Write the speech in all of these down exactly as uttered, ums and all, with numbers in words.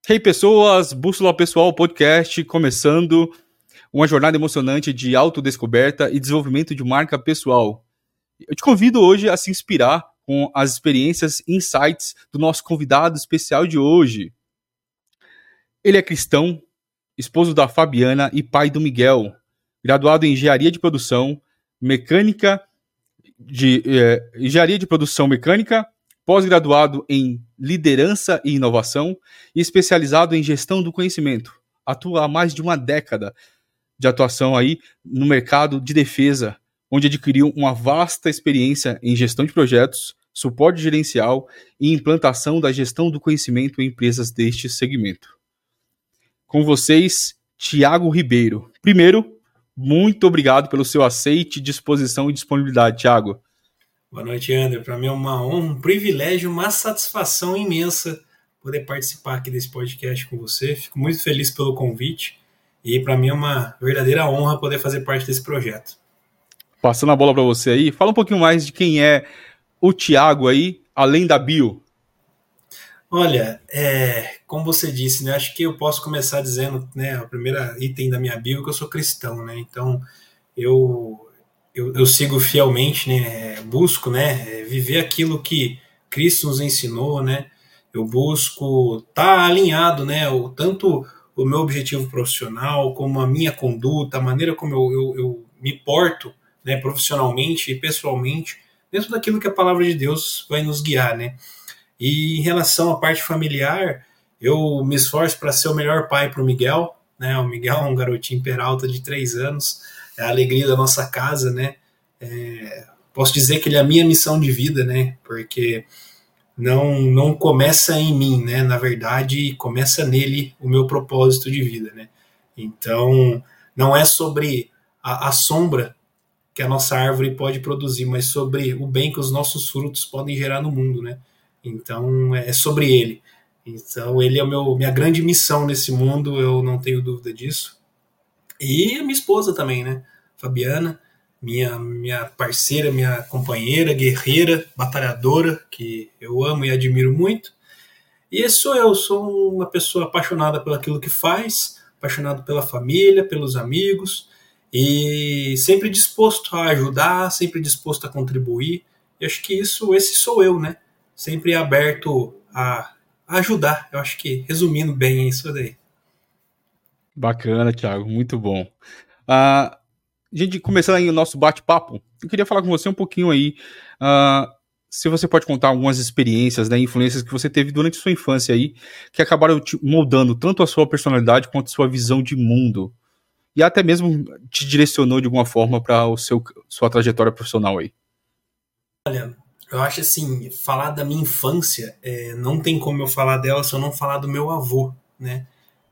Hey pessoas, Bússola Pessoal Podcast começando uma jornada emocionante de autodescoberta e desenvolvimento de marca pessoal. Eu te convido hoje a se inspirar com as experiências e insights do nosso convidado especial de hoje. Ele é cristão, esposo da Fabiana e pai do Miguel, graduado em Engenharia de Produção, Mecânica de eh, Engenharia de Produção Mecânica, pós-graduado em Liderança e Inovação e especializado em Gestão do Conhecimento. Atua há mais de uma década de atuação aí no mercado de defesa, onde adquiriu uma vasta experiência em gestão de projetos, suporte gerencial e implantação da gestão do conhecimento em empresas deste segmento. Com vocês, Thiago Ribeiro. Primeiro, muito obrigado pelo seu aceite, disposição e disponibilidade, Thiago. Boa noite, André. Para mim é uma honra, um privilégio, uma satisfação imensa poder participar aqui desse podcast com você. Fico muito feliz pelo convite e para mim é uma verdadeira honra poder fazer parte desse projeto. Passando a bola para você aí, fala um pouquinho mais de quem é o Thiago aí, além da bio. Olha, é, como você disse, né, acho que eu posso começar dizendo, né, o primeiro item da minha bio é que eu sou cristão, né, então eu... Eu, eu sigo fielmente, né, busco, né, viver aquilo que Cristo nos ensinou, né, eu busco estar tá alinhado, né, o, tanto o meu objetivo profissional, como a minha conduta, a maneira como eu, eu, eu me porto, né, profissionalmente e pessoalmente, dentro daquilo que a palavra de Deus vai nos guiar, né. E em relação à parte familiar, eu me esforço para ser o melhor pai para o Miguel, né, o Miguel é um garotinho peralta de três anos, é a alegria da nossa casa, né? É, posso dizer que ele é a minha missão de vida, né? Porque não, não começa em mim, né? Na verdade, começa nele o meu propósito de vida, né? Então, não é sobre a, a sombra que a nossa árvore pode produzir, mas sobre o bem que os nossos frutos podem gerar no mundo, né? Então, é sobre ele. Então, ele é o meu, minha grande missão nesse mundo, eu não tenho dúvida disso. E a minha esposa também, né? Fabiana, minha, minha parceira, minha companheira, guerreira, batalhadora, que eu amo e admiro muito. E esse sou eu, sou uma pessoa apaixonada por aquilo que faz, apaixonado pela família, pelos amigos, e sempre disposto a ajudar, sempre disposto a contribuir. E acho que isso, esse sou eu, né? Sempre aberto a, a ajudar. Eu acho que, resumindo bem, é isso daí. Bacana, Thiago, muito bom. Uh, gente, começando aí o nosso bate-papo, eu queria falar com você um pouquinho aí, uh, se você pode contar algumas experiências, né, influências que você teve durante a sua infância aí, que acabaram te moldando tanto a sua personalidade quanto a sua visão de mundo, e até mesmo te direcionou de alguma forma para o seu sua trajetória profissional aí. Olha, eu acho assim, falar da minha infância, é, não tem como eu falar dela se eu não falar do meu avô, né?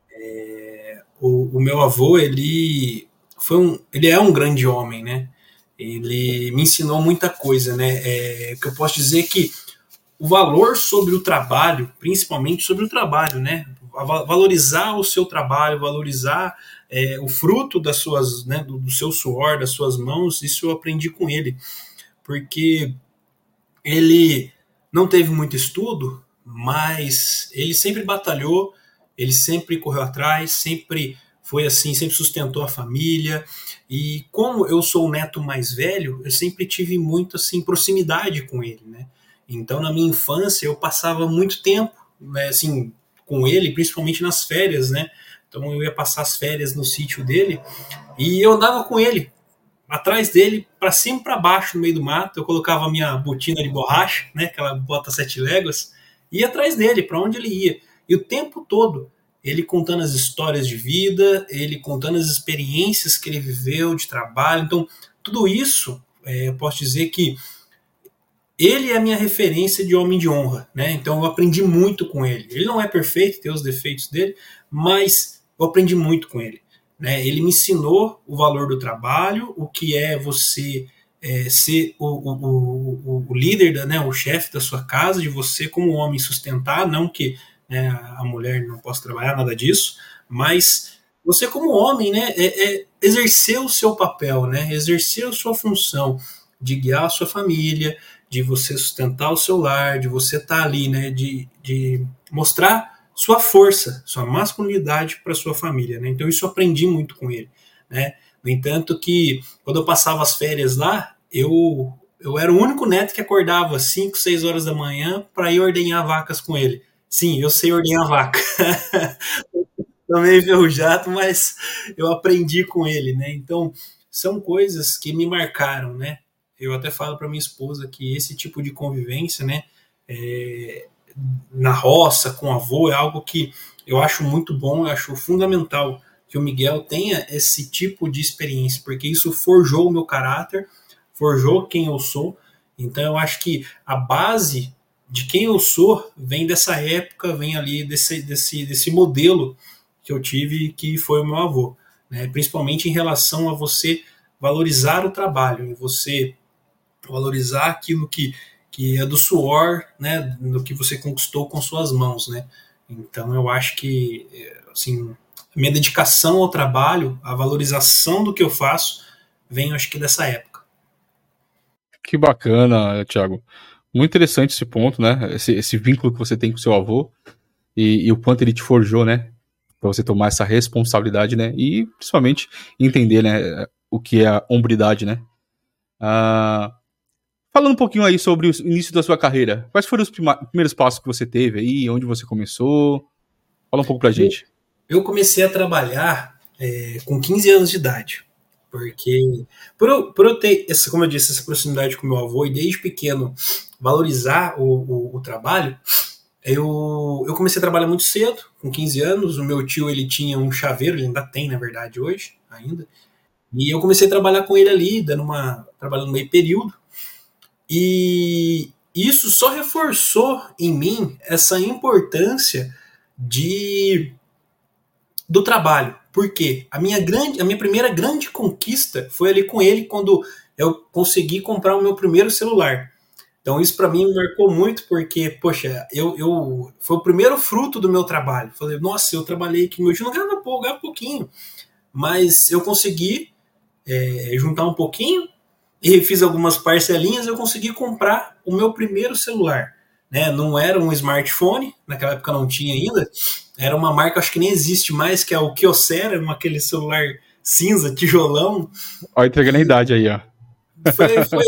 É, o, o meu avô, ele foi um, ele é um grande homem, né? Ele me ensinou muita coisa, né? É, que eu posso dizer que o valor sobre o trabalho, principalmente sobre o trabalho, né? Valorizar o seu trabalho, valorizar é, o fruto das suas, né, do, do seu suor, das suas mãos, isso eu aprendi com ele, porque ele não teve muito estudo, mas ele sempre batalhou, ele sempre correu atrás, sempre foi assim, sempre sustentou a família. E como eu sou o neto mais velho, eu sempre tive muito assim proximidade com ele, né? Então na minha infância eu passava muito tempo, né, assim, com ele, principalmente nas férias, né? Então eu ia passar as férias no sítio dele e eu andava com ele atrás dele, para cima e para baixo, no meio do mato. Eu colocava a minha botina de borracha, né, aquela bota sete léguas, e ia atrás dele, para onde ele ia. E o tempo todo, ele contando as histórias de vida, ele contando as experiências que ele viveu de trabalho. Então, tudo isso, é, eu posso dizer que ele é a minha referência de homem de honra, né? Então, eu aprendi muito com ele. Ele não é perfeito, tem os defeitos dele, mas eu aprendi muito com ele. Né? Ele me ensinou o valor do trabalho, o que é você é, ser o, o, o, o líder, da, né, o chefe da sua casa, de você como homem sustentar, não que né, a mulher não possa trabalhar, nada disso, mas você como homem, né, é, é exercer o seu papel, né, exercer a sua função de guiar a sua família, de você sustentar o seu lar, de você estar ali, né, de, de mostrar sua força, sua masculinidade para sua família, né? Então isso eu aprendi muito com ele, né? No entanto que quando eu passava as férias lá, eu eu era o único neto que acordava às cinco, seis horas da manhã para ir ordenhar vacas com ele. Sim, eu sei ordenhar vaca. Tomei enferrujado, mas eu aprendi com ele, né? Então, são coisas que me marcaram, né? Eu até falo para minha esposa que esse tipo de convivência, né, é, na roça, com o avô, é algo que eu acho muito bom, eu acho fundamental que o Miguel tenha esse tipo de experiência, porque isso forjou o meu caráter, forjou quem eu sou. Então, eu acho que a base de quem eu sou vem dessa época, vem ali desse, desse, desse modelo que eu tive, que foi o meu avô, né? Principalmente em relação a você valorizar o trabalho, e você valorizar aquilo que, que é do suor, né, do que você conquistou com suas mãos, né? Então eu acho que, assim, a minha dedicação ao trabalho, a valorização do que eu faço, vem, acho que, dessa época. Que bacana, Thiago. Muito interessante esse ponto, né? Esse, esse vínculo que você tem com seu avô e, e o quanto ele te forjou, né? Para você tomar essa responsabilidade, né? E principalmente entender, né, o que é a hombridade, né? Ah, falando um pouquinho aí sobre o início da sua carreira, quais foram os prima- primeiros passos que você teve aí, onde você começou? Fala um pouco pra gente. Eu comecei a trabalhar é, com quinze anos de idade, porque por eu, por eu ter, essa, como eu disse, essa proximidade com meu avô e desde pequeno valorizar o, o, o trabalho, eu, eu comecei a trabalhar muito cedo, com quinze anos. O meu tio, ele tinha um chaveiro, ele ainda tem, na verdade, hoje, ainda. E eu comecei a trabalhar com ele ali, dando uma, trabalhando meio período. E isso só reforçou em mim essa importância de, do trabalho. Por quê? A minha, grande, a minha primeira grande conquista foi ali com ele, quando eu consegui comprar o meu primeiro celular. Então isso para mim me marcou muito, porque, poxa, eu, eu foi o primeiro fruto do meu trabalho. Falei, nossa, eu trabalhei aqui, meu tio não ganhava pouco, ganhava pouquinho, mas eu consegui é, juntar um pouquinho e fiz algumas parcelinhas, eu consegui comprar o meu primeiro celular. Né? Não era um smartphone, naquela época não tinha ainda, era uma marca, acho que nem existe mais, que é o Kyocera, aquele celular cinza, tijolão. Olha, entregando a idade aí, ó. Foi, foi...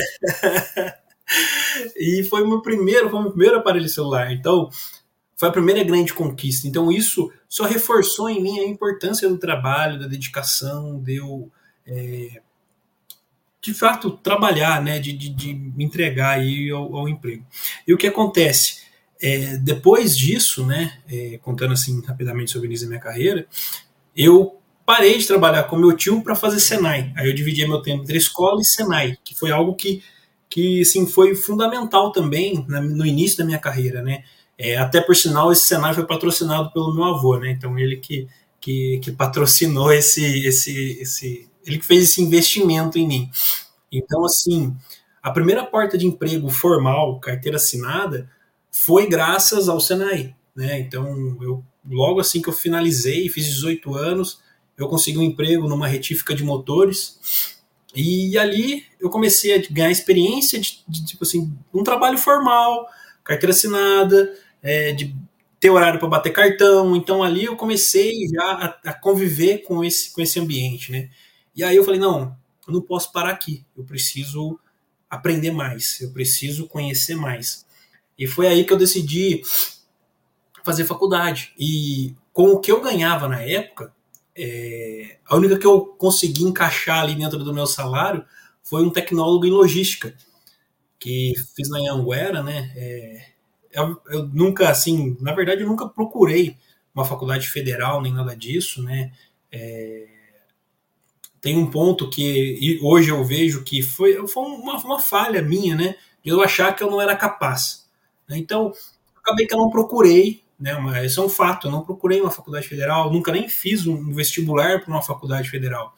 E foi o meu primeiro, foi o meu primeiro aparelho celular. Então, foi a primeira grande conquista. Então, isso só reforçou em mim a importância do trabalho, da dedicação, de eu, é, de fato, trabalhar, né, de, de, de me entregar aí ao, ao emprego. E o que acontece? É, depois disso, né, é, contando assim rapidamente sobre o início da minha carreira, eu parei de trabalhar com meu tio para fazer Senai. Aí eu dividia meu tempo entre escola e Senai, que foi algo que que assim, foi fundamental também na, no início da minha carreira, né? É, até por sinal, esse Senai foi patrocinado pelo meu avô, né? Então ele que, que, que patrocinou esse, esse, esse, ele que fez esse investimento em mim. Então, assim, a primeira porta de emprego formal, carteira assinada, foi graças ao Senai, né? Então, eu, logo assim que eu finalizei, fiz dezoito anos, eu consegui um emprego numa retífica de motores. E ali eu comecei a ganhar experiência de, de tipo assim, um trabalho formal, carteira assinada, é, de ter horário para bater cartão. Então ali eu comecei já a, a conviver com esse, com esse ambiente, né? E aí eu falei, não, eu não posso parar aqui, eu preciso aprender mais, eu preciso conhecer mais. E foi aí que eu decidi fazer faculdade. E com o que eu ganhava na época, É, a única que eu consegui encaixar ali dentro do meu salário foi um tecnólogo em logística, que fiz na Anhanguera, né? É, eu, eu nunca, assim, na verdade, eu nunca procurei uma faculdade federal nem nada disso, né? É, tem um ponto que hoje eu vejo que foi, foi uma, uma falha minha, né? De eu achar que eu não era capaz. Então, acabei que eu não procurei, né, mas isso é um fato, eu não procurei uma faculdade federal, nunca nem fiz um vestibular para uma faculdade federal,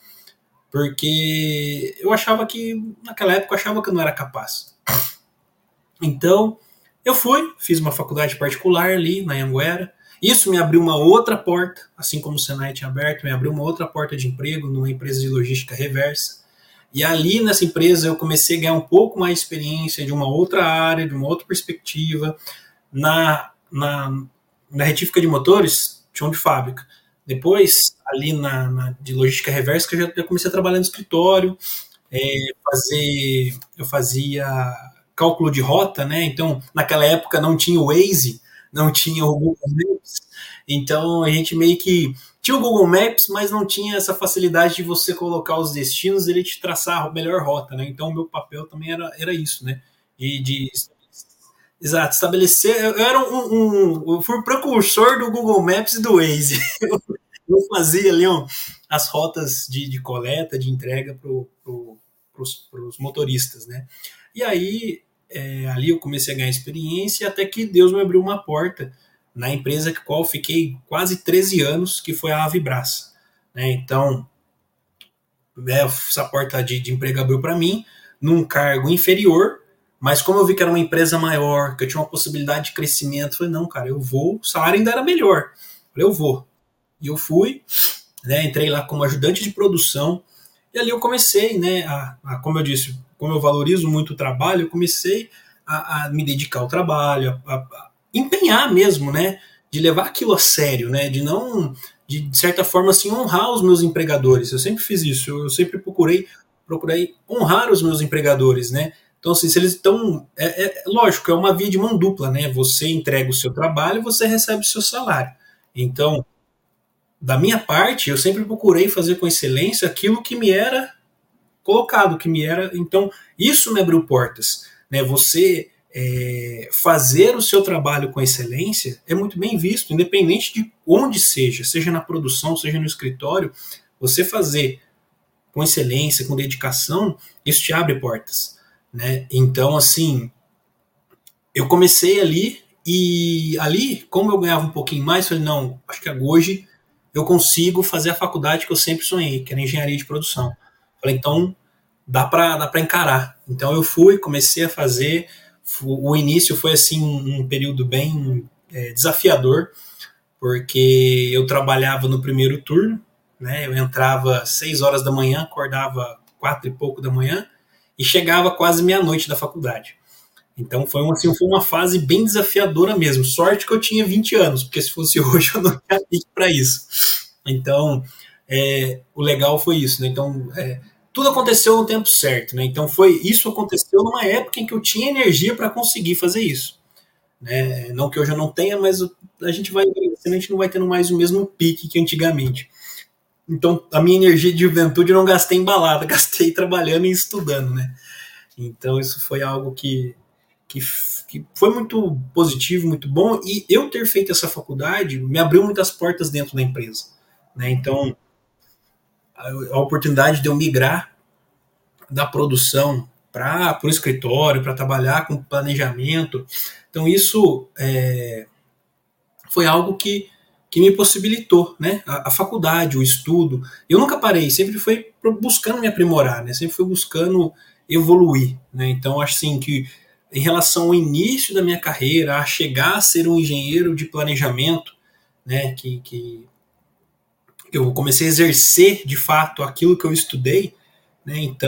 porque eu achava que, naquela época, eu achava que eu não era capaz. Então, eu fui, fiz uma faculdade particular ali na Anhanguera. Isso me abriu uma outra porta, assim como o Senai tinha aberto, me abriu uma outra porta de emprego numa empresa de logística reversa. E ali nessa empresa eu comecei a ganhar um pouco mais de experiência de uma outra área, de uma outra perspectiva, na, na na retífica de motores, chão de fábrica. Depois, ali na, na de logística reversa, que eu já, já comecei a trabalhar no escritório, é, fazer, eu fazia cálculo de rota, né? Então, naquela época não tinha o Waze, não tinha o Google Maps, então a gente meio que tinha o Google Maps, mas não tinha essa facilidade de você colocar os destinos e ele te traçar a melhor rota, né? Então o meu papel também era, era isso, né? De, de exato, estabelecer. Eu, eu era um, um, eu fui o precursor do Google Maps e do Waze. Eu, eu fazia ali um, as rotas de, de coleta, de entrega para pro, os motoristas, né? E aí é, ali eu comecei a ganhar experiência até que Deus me abriu uma porta na empresa que qual fiquei quase treze anos, que foi a Avibras, né? Então, é, essa porta de, de emprego abriu para mim num cargo inferior, mas como eu vi que era uma empresa maior, que eu tinha uma possibilidade de crescimento, eu falei, não, cara, eu vou, o salário ainda era melhor, eu falei, eu vou. E eu fui, né, entrei lá como ajudante de produção, e ali eu comecei, né, a, a, como eu disse, como eu valorizo muito o trabalho, eu comecei a, a me dedicar ao trabalho, a, a empenhar mesmo, né, de levar aquilo a sério, né, de não, de, de certa forma, assim, honrar os meus empregadores. Eu sempre fiz isso, eu, eu sempre procurei, procurei honrar os meus empregadores, né. Então, assim, se eles estão, é, é lógico, é uma via de mão dupla, né, você entrega o seu trabalho e você recebe o seu salário. Então, da minha parte, eu sempre procurei fazer com excelência aquilo que me era colocado, que me era, então, isso me abriu portas, né, você É, fazer o seu trabalho com excelência é muito bem visto, independente de onde seja, seja na produção, seja no escritório, você fazer com excelência, com dedicação, isso te abre portas, né? Então, assim, eu comecei ali e ali, como eu ganhava um pouquinho mais, falei, não, acho que hoje eu consigo fazer a faculdade que eu sempre sonhei, que era engenharia de produção. Falei, então, dá para dá para encarar. Então eu fui, comecei a fazer. O início foi assim um período bem é, desafiador, porque eu trabalhava no primeiro turno, né? Eu entrava às seis horas da manhã, acordava quatro e pouco da manhã e chegava quase meia-noite da faculdade. Então foi uma, assim, foi uma fase bem desafiadora mesmo. Sorte que eu tinha vinte anos, porque se fosse hoje eu não tinha pique para isso. Então é, o legal foi isso, né? Então é, tudo aconteceu no tempo certo, né? Então foi isso aconteceu numa época em que eu tinha energia para conseguir fazer isso, né? Não que hoje eu não tenha, mas a gente vai a gente não vai tendo mais o mesmo pique que antigamente. Então a minha energia de juventude eu não gastei em balada, gastei trabalhando e estudando, né? Então isso foi algo que que, que foi muito positivo, muito bom, e eu ter feito essa faculdade me abriu muitas portas dentro da empresa, né? Então a, a oportunidade de eu migrar da produção para o escritório, para trabalhar com planejamento. Então isso é, foi algo que, que me possibilitou, né? A, a faculdade, o estudo. Eu nunca parei, sempre fui buscando me aprimorar, né? Sempre fui buscando evoluir, né? Então acho assim que em relação ao início da minha carreira, a chegar a ser um engenheiro de planejamento, né? Que, que eu comecei a exercer de fato aquilo que eu estudei, né? Então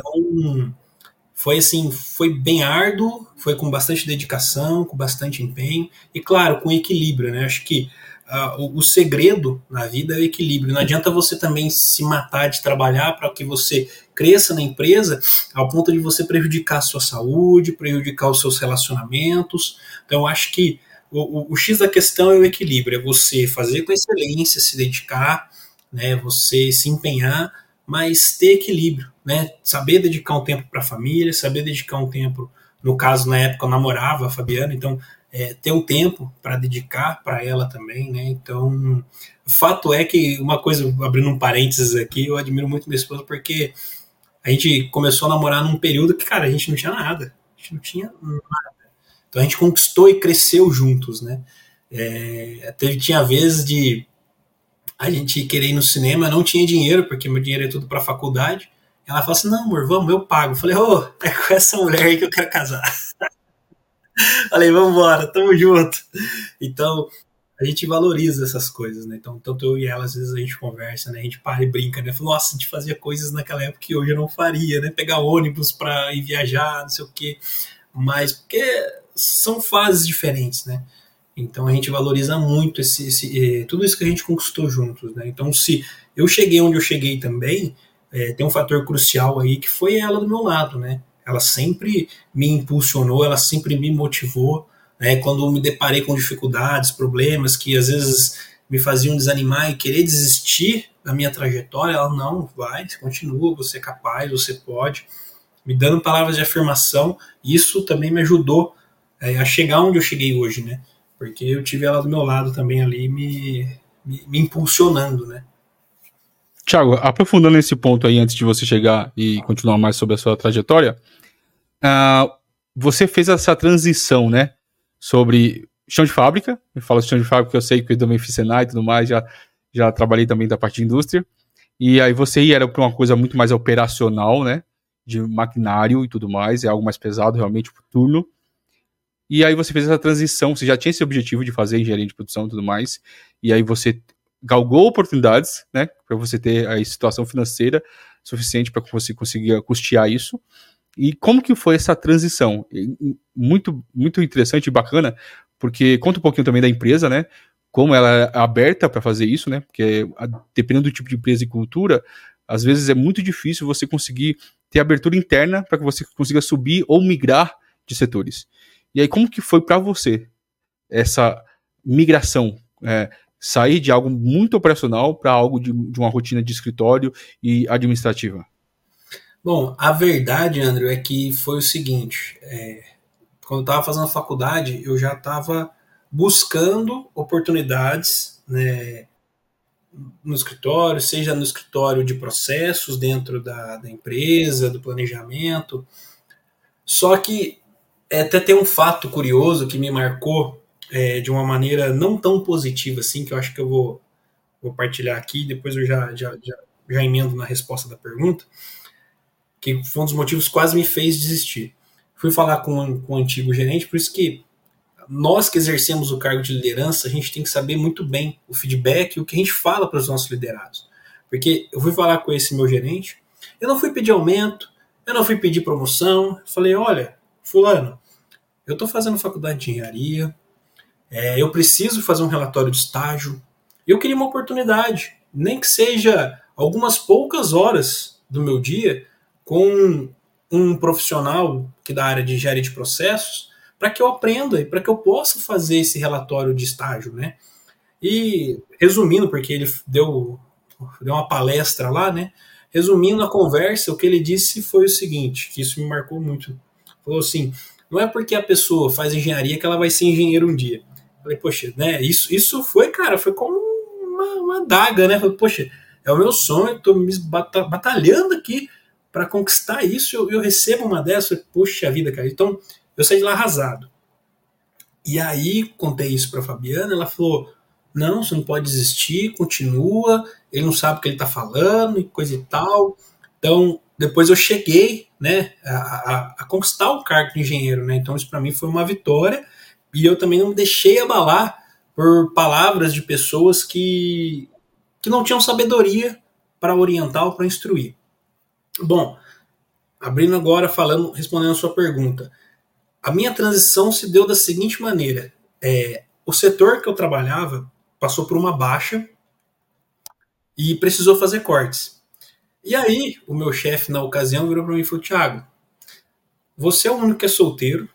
foi assim, foi bem árduo, foi com bastante dedicação, com bastante empenho e claro, com equilíbrio, né? Acho que uh, o, o segredo na vida é o equilíbrio. Não adianta você também se matar de trabalhar para que você cresça na empresa ao ponto de você prejudicar a sua saúde, prejudicar os seus relacionamentos. Então eu acho que o, o, o X da questão é o equilíbrio, é você fazer com excelência, se dedicar, né? Você se empenhar, mas ter equilíbrio, né? Saber dedicar um tempo para a família, saber dedicar um tempo, no caso, na época eu namorava a Fabiana, então é, ter um tempo para dedicar para ela também, né? Então, o fato é que, uma coisa, abrindo um parênteses aqui, eu admiro muito minha esposa porque a gente começou a namorar num período que, cara, a gente não tinha nada, a gente não tinha nada. Então a gente conquistou e cresceu juntos, né? É, teve, tinha vezes de a gente querer ir no cinema, não tinha dinheiro, porque meu dinheiro é tudo para faculdade. Ela falou assim, não, amor, vamos, eu pago. Eu falei, ô, oh, é com essa mulher aí que eu quero casar. Falei, vamos embora, tamo junto. Então, a gente valoriza essas coisas, né? Então, tanto eu e ela, às vezes a gente conversa, né? A gente para e brinca, né? Fala, nossa, a gente fazia coisas naquela época que hoje eu não faria, né? Pegar ônibus pra ir viajar, não sei o quê. Mas, porque são fases diferentes, né? Então a gente valoriza muito esse, esse, tudo isso que a gente conquistou juntos, né? Então se eu cheguei onde eu cheguei também, é, tem um fator crucial aí que foi ela do meu lado, né? Ela sempre me impulsionou, ela sempre me motivou, né? Quando eu me deparei com dificuldades, problemas que às vezes me faziam desanimar e querer desistir da minha trajetória, ela não, vai, continua, você é capaz, você pode, me dando palavras de afirmação. Isso também me ajudou é, a chegar onde eu cheguei hoje, né? Porque eu tive ela do meu lado também ali me, me, me impulsionando, né? Thiago, aprofundando esse ponto aí antes de você chegar e continuar mais sobre a sua trajetória, uh, você fez essa transição, né? Sobre chão de fábrica, eu falo chão de fábrica porque eu sei que eu também fiz Senai e tudo mais, já, já trabalhei também da parte de indústria, e aí você ia era para uma coisa muito mais operacional, né? De maquinário e tudo mais, é algo mais pesado realmente por turno. E aí você fez essa transição, você já tinha esse objetivo de fazer engenharia de produção e tudo mais, e aí você galgou oportunidades, né, para você ter a situação financeira suficiente para você conseguir custear isso. E como que foi essa transição? Muito, muito interessante e bacana, porque conta um pouquinho também da empresa, né, como ela é aberta para fazer isso, né, porque dependendo do tipo de empresa e cultura, às vezes é muito difícil você conseguir ter abertura interna para que você consiga subir ou migrar de setores. E aí, como que foi para você essa migração? É, sair de algo muito operacional para algo de, de uma rotina de escritório e administrativa? Bom, a verdade, André, é que foi o seguinte, é, quando eu estava fazendo a faculdade, eu já estava buscando oportunidades, né, no escritório, seja no escritório de processos dentro da, da empresa, do planejamento. Só que é, até tem um fato curioso que me marcou é, de uma maneira não tão positiva assim, que eu acho que eu vou, vou partilhar aqui, depois eu já, já, já, já emendo na resposta da pergunta, que foi um dos motivos que quase me fez desistir. Fui falar com, com o antigo gerente, por isso que nós que exercemos o cargo de liderança, a gente tem que saber muito bem o feedback e o que a gente fala para os nossos liderados. Porque eu fui falar com esse meu gerente, eu não fui pedir aumento, eu não fui pedir promoção, eu falei, olha, fulano, eu estou fazendo faculdade de engenharia, é, eu preciso fazer um relatório de estágio, eu queria uma oportunidade, nem que seja algumas poucas horas do meu dia com um profissional que da área de engenharia de processos, para que eu aprenda e para que eu possa fazer esse relatório de estágio, né? E resumindo, porque ele deu, deu uma palestra lá, né? Resumindo a conversa, o que ele disse foi o seguinte, que isso me marcou muito. Falou assim, não é porque a pessoa faz engenharia que ela vai ser engenheiro um dia. Falei, poxa, né? Isso, isso foi, cara, foi como uma, uma daga, né? Falei, poxa, é o meu sonho, estou me batalhando aqui para conquistar isso, eu, eu recebo uma dessas, poxa vida, cara. Então, eu saí de lá arrasado. E aí, contei isso para a Fabiana, ela falou, não, você não pode desistir, continua, ele não sabe o que ele está falando e coisa e tal. Então, depois eu cheguei, né, a, a, a conquistar o cargo de engenheiro, né? Então, isso para mim foi uma vitória e eu também não me deixei abalar por palavras de pessoas que, que não tinham sabedoria para orientar ou para instruir. Bom, abrindo agora, falando, respondendo a sua pergunta, a minha transição se deu da seguinte maneira, é, o setor que eu trabalhava passou por uma baixa e precisou fazer cortes. E aí, o meu chefe na ocasião virou para mim e falou, Thiago, você é o único que é solteiro,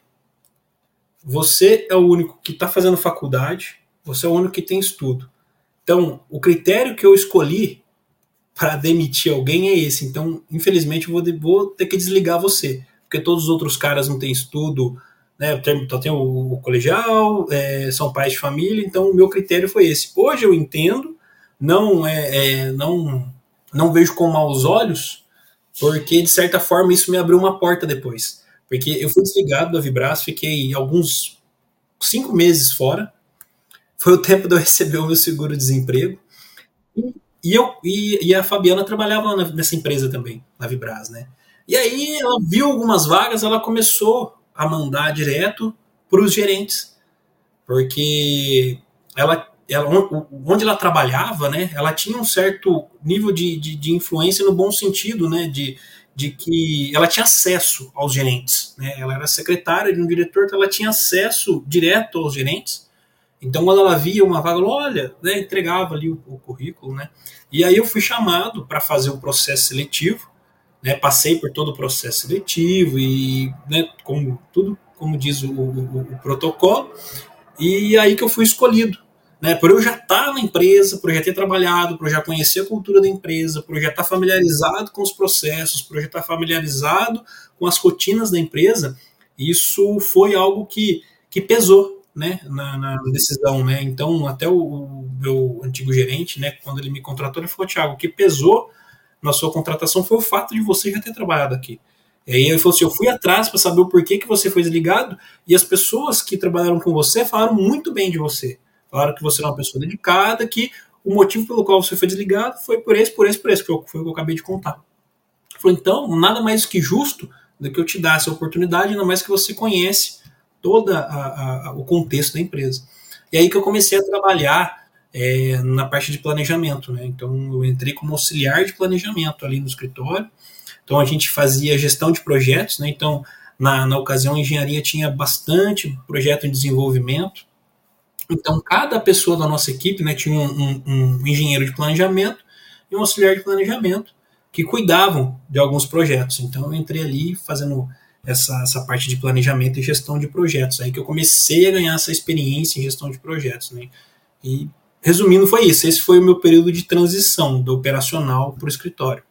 você é o único que está fazendo faculdade, você é o único que tem estudo. Então, o critério que eu escolhi para demitir alguém é esse. Então, infelizmente, eu vou, vou ter que desligar você, porque todos os outros caras não têm estudo, né? Tem, tem o, o colegial, é, são pais de família, então o meu critério foi esse. Hoje eu entendo, não, é, é, não, não vejo com maus olhos, porque, de certa forma, isso me abriu uma porta depois. Porque eu fui desligado da Vibras, fiquei alguns cinco meses fora, foi o tempo de eu receber o meu seguro-desemprego, E, eu, e, e a Fabiana trabalhava nessa empresa também, na Vibras, né? E aí ela viu algumas vagas, ela começou a mandar direto para os gerentes, porque ela, ela, onde ela trabalhava, né? Ela tinha um certo nível de, de, de influência no bom sentido, né? De, de que ela tinha acesso aos gerentes, né? Ela era secretária de um diretor, então ela tinha acesso direto aos gerentes. Então, quando ela via uma vaga, ela, olha, né, entregava ali o, o currículo, né? E aí eu fui chamado para fazer o processo seletivo, né? Passei por todo o processo seletivo e, né, como tudo, como diz o, o, o protocolo, e aí que eu fui escolhido, né? Por eu já estar na empresa, por eu já ter trabalhado, por eu já conhecer a cultura da empresa, por eu já estar familiarizado com os processos, por eu já estar familiarizado com as rotinas da empresa, isso foi algo que, que pesou, né, na, na decisão, né? Então, até o, o meu antigo gerente, né, quando ele me contratou, ele falou: Thiago, o que pesou na sua contratação foi o fato de você já ter trabalhado aqui. E aí ele falou assim: eu fui atrás para saber o porquê que você foi desligado, e as pessoas que trabalharam com você falaram muito bem de você. Falaram que você é uma pessoa dedicada, que o motivo pelo qual você foi desligado foi por esse, por esse, por esse, que foi o que eu acabei de contar. Ele falou: então, nada mais que justo do que eu te dar essa oportunidade, ainda mais que você conhece todo o contexto da empresa. E aí que eu comecei a trabalhar é, na parte de planejamento, né? Então eu entrei como auxiliar de planejamento ali no escritório. Então a gente fazia gestão de projetos, né? Então na, na ocasião a engenharia tinha bastante projeto em desenvolvimento. Então cada pessoa da nossa equipe, né, tinha um, um, um engenheiro de planejamento e um auxiliar de planejamento que cuidavam de alguns projetos. Então eu entrei ali fazendo Essa, essa parte de planejamento e gestão de projetos. Aí que eu comecei a ganhar essa experiência em gestão de projetos, né? E, resumindo, foi isso. Esse foi o meu período de transição do operacional para o escritório.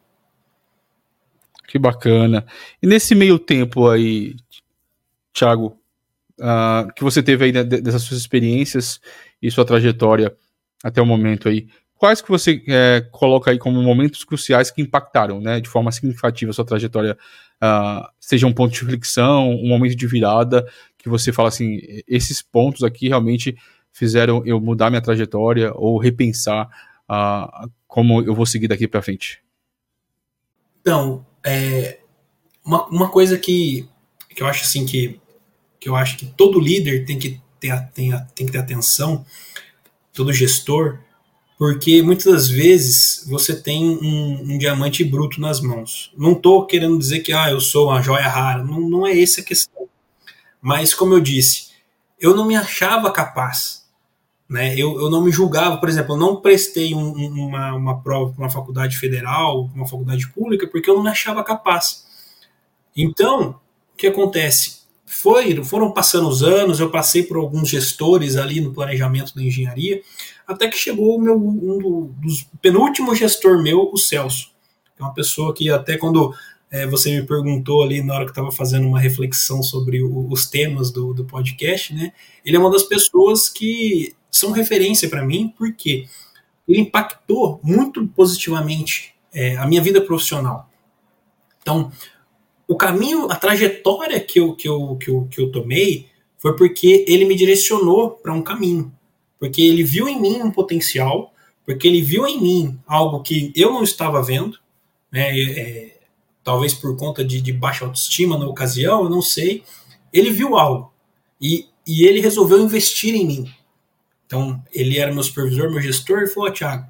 Que bacana. E nesse meio tempo aí, Thiago, uh, que você teve aí dessas suas experiências e sua trajetória até o momento aí, quais que você é, coloca aí como momentos cruciais que impactaram, né, de forma significativa a sua trajetória, uh, seja um ponto de reflexão, um momento de virada, que você fala assim, esses pontos aqui realmente fizeram eu mudar minha trajetória ou repensar uh, como eu vou seguir daqui para frente? Então, é, uma, uma coisa que, que eu acho assim que, que eu acho que todo líder tem que ter, tem, tem que ter atenção, todo gestor, porque muitas das vezes você tem um, um diamante bruto nas mãos. Não estou querendo dizer que ah, eu sou uma joia rara, não, não é essa a questão. Mas, como eu disse, eu não me achava capaz. Né? Eu, eu não me julgava, por exemplo, eu não prestei um, uma, uma prova para uma faculdade federal, uma faculdade pública, porque eu não me achava capaz. Então, o que acontece? Foi, foram passando os anos, eu passei por alguns gestores ali no planejamento da engenharia, até que chegou o meu, um dos penúltimos gestor meu, o Celso, que é uma pessoa que até quando é, você me perguntou ali na hora que eu estava fazendo uma reflexão sobre o, os temas do, do podcast, né? Ele é uma das pessoas que são referência para mim, porque ele impactou muito positivamente é, a minha vida profissional. Então, o caminho, a trajetória que eu, que eu, que eu, que eu tomei foi porque ele me direcionou para um caminho. Porque ele viu em mim um potencial, porque ele viu em mim algo que eu não estava vendo, né? É, talvez por conta de, de baixa autoestima na ocasião, eu não sei. Ele viu algo e, e ele resolveu investir em mim. Então, ele era meu supervisor, meu gestor, e falou: oh, Thiago,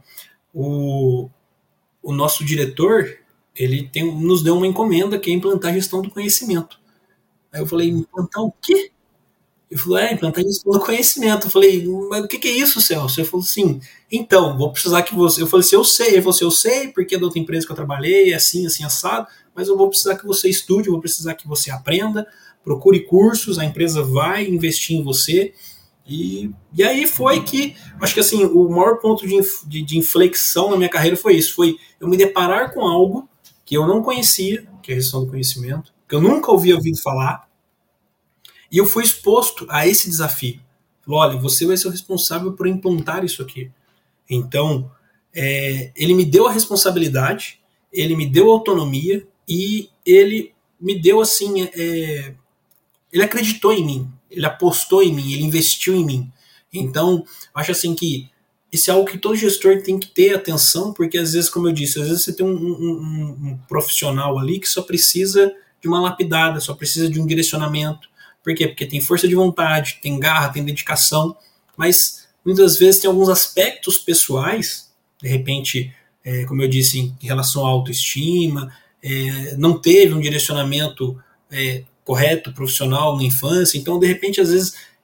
o, o nosso diretor, ele tem, nos deu uma encomenda que é implantar a gestão do conhecimento. Aí eu falei: implantar o quê? Ele falou: é, implantar a gestão do conhecimento. Eu falei: mas o que, que é isso, Celso? Ele falou assim: então, vou precisar que você... Eu falei assim: eu sei. Ele falou assim: eu sei, porque é da outra empresa que eu trabalhei, é assim, assim, assado, mas eu vou precisar que você estude, eu vou precisar que você aprenda, procure cursos, a empresa vai investir em você. E, e aí foi que, acho que assim, o maior ponto de, de, de inflexão na minha carreira foi isso, foi eu me deparar com algo que eu não conhecia, que é a gestão do conhecimento, que eu nunca havia ouvido falar, e eu fui exposto a esse desafio. Falei: olha, você vai ser o responsável por implantar isso aqui. Então, é, ele me deu a responsabilidade, ele me deu a autonomia, e ele me deu assim, é, ele acreditou em mim, ele apostou em mim, ele investiu em mim. Então, acho assim que isso é algo que todo gestor tem que ter atenção, porque às vezes, como eu disse, às vezes você tem um, um, um profissional ali que só precisa de uma lapidada, só precisa de um direcionamento. Por quê? Porque tem força de vontade, tem garra, tem dedicação, mas muitas vezes tem alguns aspectos pessoais, de repente, é, como eu disse, em relação à autoestima, é, não teve um direcionamento é, correto, profissional na infância, então de repente às vezes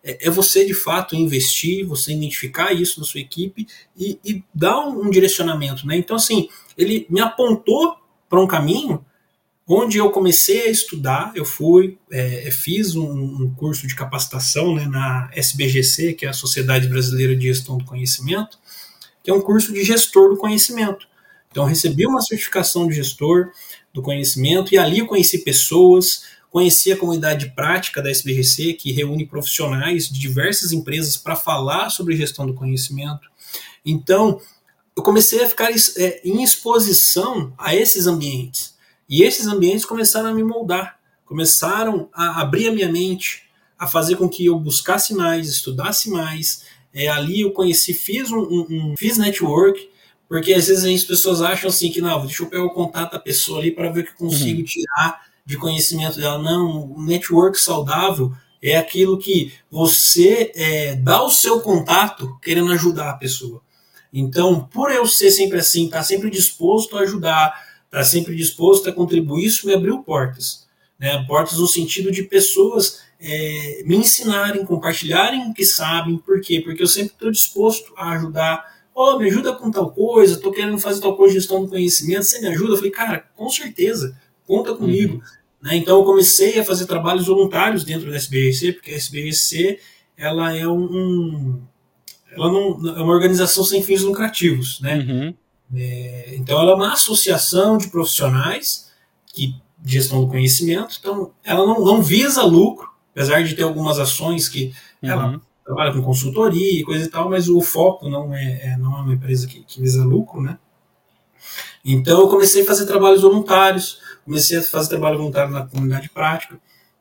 é, é você, de fato, investir, você identificar isso na sua equipe e, e dar um, um direcionamento, né? Então, assim, ele me apontou para um caminho onde eu comecei a estudar. Eu fui, é, fiz um, um curso de capacitação, né, na S B G C, que é a Sociedade Brasileira de Gestão do Conhecimento, que é um curso de gestor do conhecimento. Então, eu recebi uma certificação de gestor do conhecimento e ali eu conheci pessoas, conheci a comunidade prática da S B G C, que reúne profissionais de diversas empresas para falar sobre gestão do conhecimento. Então, eu comecei a ficar é, em exposição a esses ambientes. E esses ambientes começaram a me moldar, começaram a abrir a minha mente, a fazer com que eu buscasse mais, estudasse mais. É, ali eu conheci, fiz um, um, um fiz network, porque às vezes as pessoas acham assim que, não, deixa eu pegar o contato da pessoa ali para ver o que eu consigo uhum. tirar de conhecimento dela. Não, um network saudável é aquilo que você é, dá o seu contato querendo ajudar a pessoa. Então, por eu ser sempre assim, estar tá sempre disposto a ajudar, estar tá sempre disposto a contribuir, isso me abriu portas. Né? Portas no sentido de pessoas é, me ensinarem, compartilharem o que sabem. Por quê? Porque eu sempre estou disposto a ajudar. Oh, me ajuda com tal coisa, estou querendo fazer tal coisa de gestão do conhecimento, você me ajuda? Eu falei, cara, com certeza, conta comigo. Uhum. Né? Então eu comecei a fazer trabalhos voluntários dentro da S B G C, porque a S B G C ela é um, um ela não, é uma organização sem fins lucrativos, né? Uhum. É, então ela é uma associação de profissionais que, de gestão do conhecimento, então ela não, não visa lucro, apesar de ter algumas ações que uhum. ela trabalha com consultoria e coisa e tal, mas o foco não é, é, não é uma empresa que, que visa lucro, né? Então eu comecei a fazer trabalhos voluntários, comecei a fazer trabalho voluntário na comunidade prática,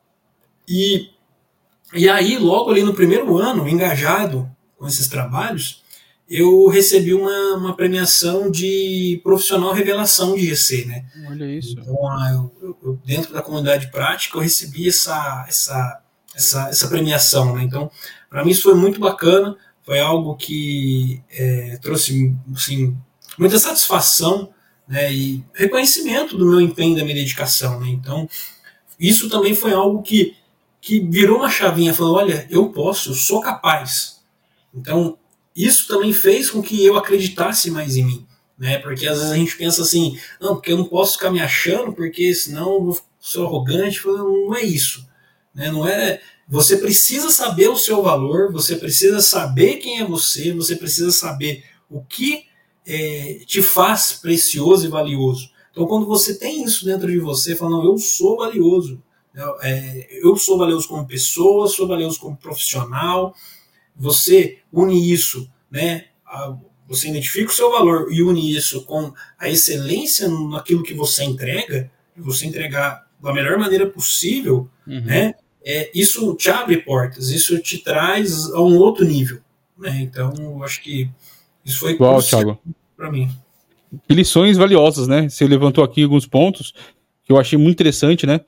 e, e aí logo ali no primeiro ano, engajado com esses trabalhos, eu recebi uma, uma premiação de profissional revelação de G C, né? Olha isso. Então, eu, eu, dentro da comunidade prática, eu recebi essa, essa, essa, essa premiação, né? Então, para mim isso foi muito bacana, foi algo que é, trouxe assim, muita satisfação, né? E reconhecimento do meu empenho, da minha dedicação, né? Então, isso também foi algo que, que virou uma chavinha, falou, olha, eu posso, eu sou capaz. Então, isso também fez com que eu acreditasse mais em mim, né? Porque às vezes a gente pensa assim, não, porque eu não posso ficar me achando, porque senão eu sou arrogante. Não é isso, né? Não é. Você precisa saber o seu valor, você precisa saber quem é você, você precisa saber o que é, te faz precioso e valioso. Então, quando você tem isso dentro de você, fala, não, eu sou valioso, é, eu sou valioso como pessoa, sou valioso como profissional. Você une isso, né? Você identifica o seu valor e une isso com a excelência naquilo que você entrega, e você entregar da melhor maneira possível, uhum. né? É, isso te abre portas, isso te traz a um outro nível, né? Então, eu acho que isso foi Uau, Thiago, para mim. Que lições valiosas, né? Você levantou aqui alguns pontos que eu achei muito interessante, né?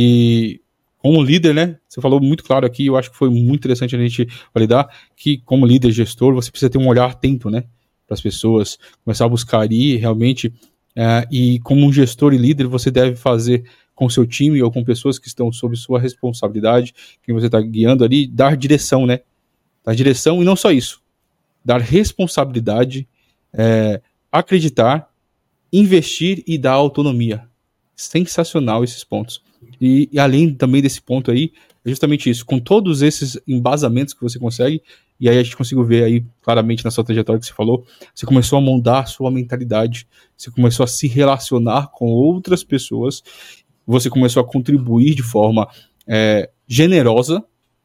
E como líder, né? Você falou muito claro aqui, eu acho que foi muito interessante a gente validar que, como líder, gestor, você precisa ter um olhar atento, né? Para as pessoas, começar a buscar ali realmente. Uh, e como um gestor e líder, você deve fazer com seu time ou com pessoas que estão sob sua responsabilidade, que você está guiando ali, dar direção, né? Dar direção e não só isso. Dar responsabilidade, é, acreditar, investir e dar autonomia. Sensacional esses pontos. E, e além também desse ponto aí, é justamente isso, com todos esses embasamentos que você consegue, e aí a gente conseguiu ver aí claramente na sua trajetória que você falou, você começou a moldar a sua mentalidade, você começou a se relacionar com outras pessoas, você começou a contribuir de forma é, generosa,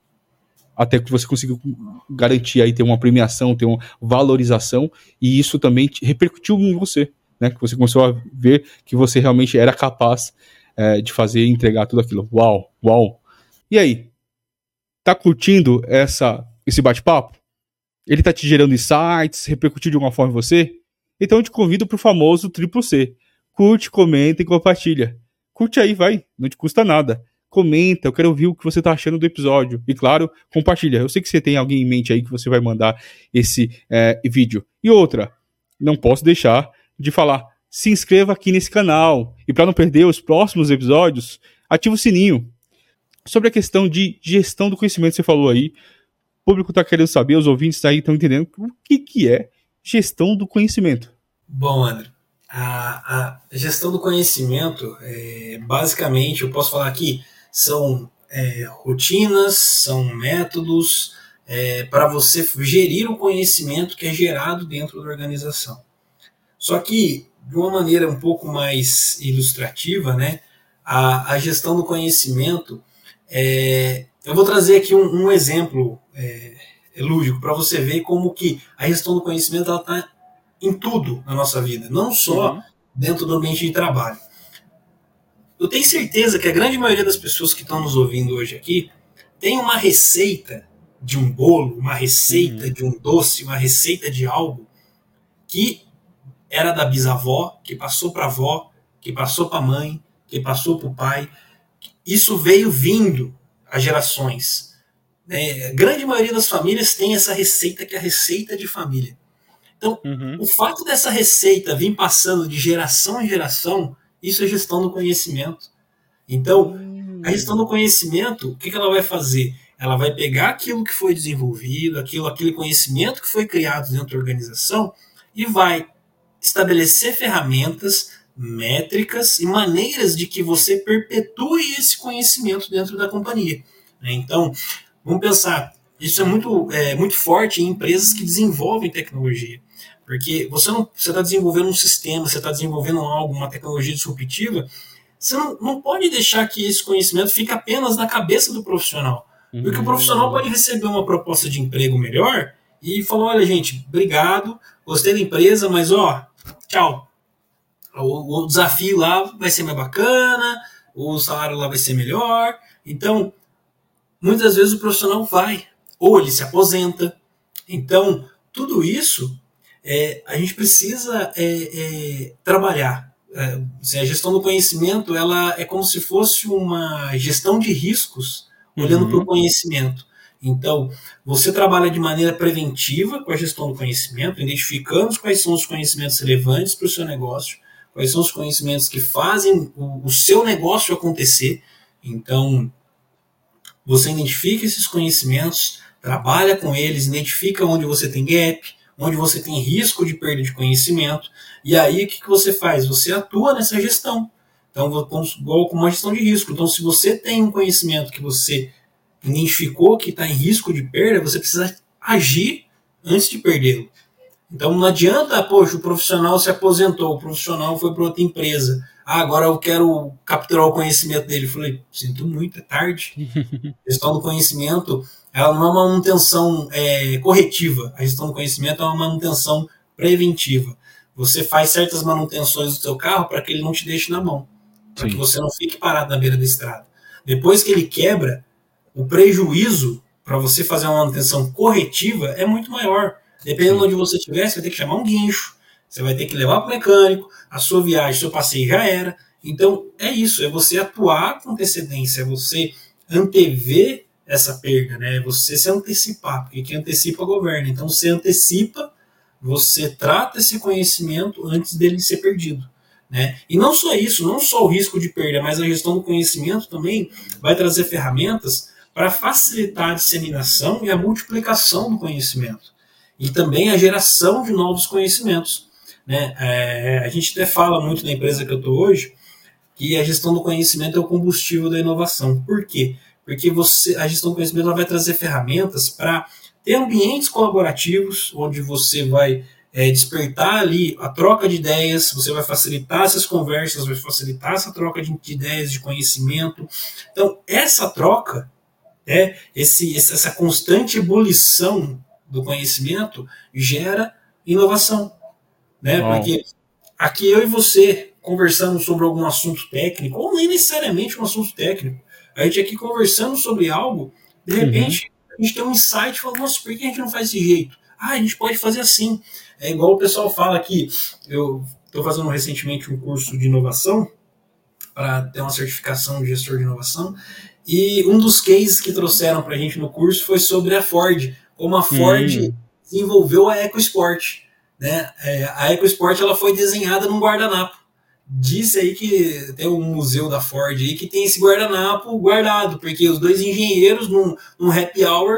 até que você conseguiu garantir aí ter uma premiação, ter uma valorização, e isso também repercutiu em você, né? Que você começou a ver que você realmente era capaz é, de fazer e entregar tudo aquilo. Uau, uau. E aí? Tá curtindo essa, esse bate-papo? Ele tá te gerando insights, repercutiu de alguma forma em você? Então eu te convido pro famoso triplo C. Curte, comenta e compartilha. Curte aí, vai, não te custa nada. Comenta, eu quero ouvir o que você tá achando do episódio. E claro, compartilha. Eu sei que você tem alguém em mente aí que você vai mandar esse é, vídeo. E outra, não posso deixar de falar, se inscreva aqui nesse canal. E para não perder os próximos episódios, ativa o sininho. Sobre a questão de gestão do conhecimento que você falou aí, público está querendo saber, os ouvintes aí estão entendendo o que, que é gestão do conhecimento. Bom, André, a, a gestão do conhecimento, é, basicamente, eu posso falar aqui, são é, rotinas, são métodos é, para você gerir o conhecimento que é gerado dentro da organização. Só que, de uma maneira um pouco mais ilustrativa, né, a, a gestão do conhecimento, é, eu vou trazer aqui um, um exemplo é, lúdico para você ver como que a gestão do conhecimento está em tudo na nossa vida, não só uhum. dentro do ambiente de trabalho. Eu tenho certeza que a grande maioria das pessoas que estão nos ouvindo hoje aqui tem uma receita de um bolo, uma receita uhum. de um doce, uma receita de algo que era da bisavó, que passou para a avó, que passou para a mãe, que passou para o pai. Isso veio vindo a gerações. É, a grande maioria das famílias tem essa receita que é a receita de família. Então, uhum. o fato dessa receita vir passando de geração em geração, isso é gestão do conhecimento. Então, uhum. a gestão do conhecimento, o que, que ela vai fazer? Ela vai pegar aquilo que foi desenvolvido, aquilo, aquele conhecimento que foi criado dentro da organização e vai estabelecer ferramentas, métricas e maneiras de que você perpetue esse conhecimento dentro da companhia. Então, vamos pensar, isso é muito, é, muito forte em empresas que desenvolvem tecnologia. Porque você não, você está desenvolvendo um sistema, você está desenvolvendo algo, uma tecnologia disruptiva, você não, não pode deixar que esse conhecimento fique apenas na cabeça do profissional. Porque o profissional pode receber uma proposta de emprego melhor e falar, olha gente, obrigado, gostei da empresa, mas ó, tchau. O, o desafio lá vai ser mais bacana, o salário lá vai ser melhor. Então, muitas vezes o profissional vai, ou ele se aposenta. Então, tudo isso é, a gente precisa é, é, trabalhar. É, a gestão do conhecimento ela é como se fosse uma gestão de riscos olhando uhum. para o conhecimento. Então, você trabalha de maneira preventiva com a gestão do conhecimento, identificando quais são os conhecimentos relevantes para o seu negócio, quais são os conhecimentos que fazem o, o seu negócio acontecer. Então, você identifica esses conhecimentos, trabalha com eles, identifica onde você tem gap, onde você tem risco de perda de conhecimento, e aí o que, que você faz? Você atua nessa gestão. Então, igual com uma gestão de risco. Então, se você tem um conhecimento que você identificou que está em risco de perda, você precisa agir antes de perdê-lo. Então não adianta, poxa, o profissional se aposentou, o profissional foi para outra empresa. Ah, agora eu quero capturar o conhecimento dele. Eu falei, sinto muito, é tarde. A gestão do conhecimento, ela não é uma manutenção é, corretiva. A gestão do conhecimento é uma manutenção preventiva. Você faz certas manutenções do seu carro para que ele não te deixe na mão. Para que você não fique parado na beira da estrada. Depois que ele quebra, o prejuízo para você fazer uma manutenção corretiva é muito maior. Dependendo de onde você estiver, você vai ter que chamar um guincho, você vai ter que levar para o mecânico, a sua viagem, seu passeio já era. Então, é isso, é você atuar com antecedência, é você antever essa perda, né? É você se antecipar, porque quem antecipa governa. Então, você antecipa, você trata esse conhecimento antes dele ser perdido. Né? E não só isso, não só o risco de perda, mas a gestão do conhecimento também vai trazer ferramentas para facilitar a disseminação e a multiplicação do conhecimento. E também a geração de novos conhecimentos. Né? É, a gente até fala muito na empresa que eu estou hoje que a gestão do conhecimento é o combustível da inovação. Por quê? Porque você, a gestão do conhecimento ela vai trazer ferramentas para ter ambientes colaborativos, onde você vai é, despertar ali a troca de ideias, você vai facilitar essas conversas, vai facilitar essa troca de, de ideias, de conhecimento. Então, essa troca, é, esse, essa constante ebulição do conhecimento gera inovação. Né? Porque aqui eu e você conversando sobre algum assunto técnico, ou nem necessariamente um assunto técnico, a gente aqui conversando sobre algo, de repente uhum. a gente tem um insight e fala, nossa, por que a gente não faz desse jeito? Ah, a gente pode fazer assim. É igual o pessoal fala aqui, eu estou fazendo recentemente um curso de inovação, para ter uma certificação de gestor de inovação, e um dos cases que trouxeram para a gente no curso foi sobre a Ford, como a Ford uhum. desenvolveu a EcoSport. Né? É, a EcoSport ela foi desenhada num guardanapo. Disse aí que tem um museu da Ford aí que tem esse guardanapo guardado, porque os dois engenheiros num, num happy hour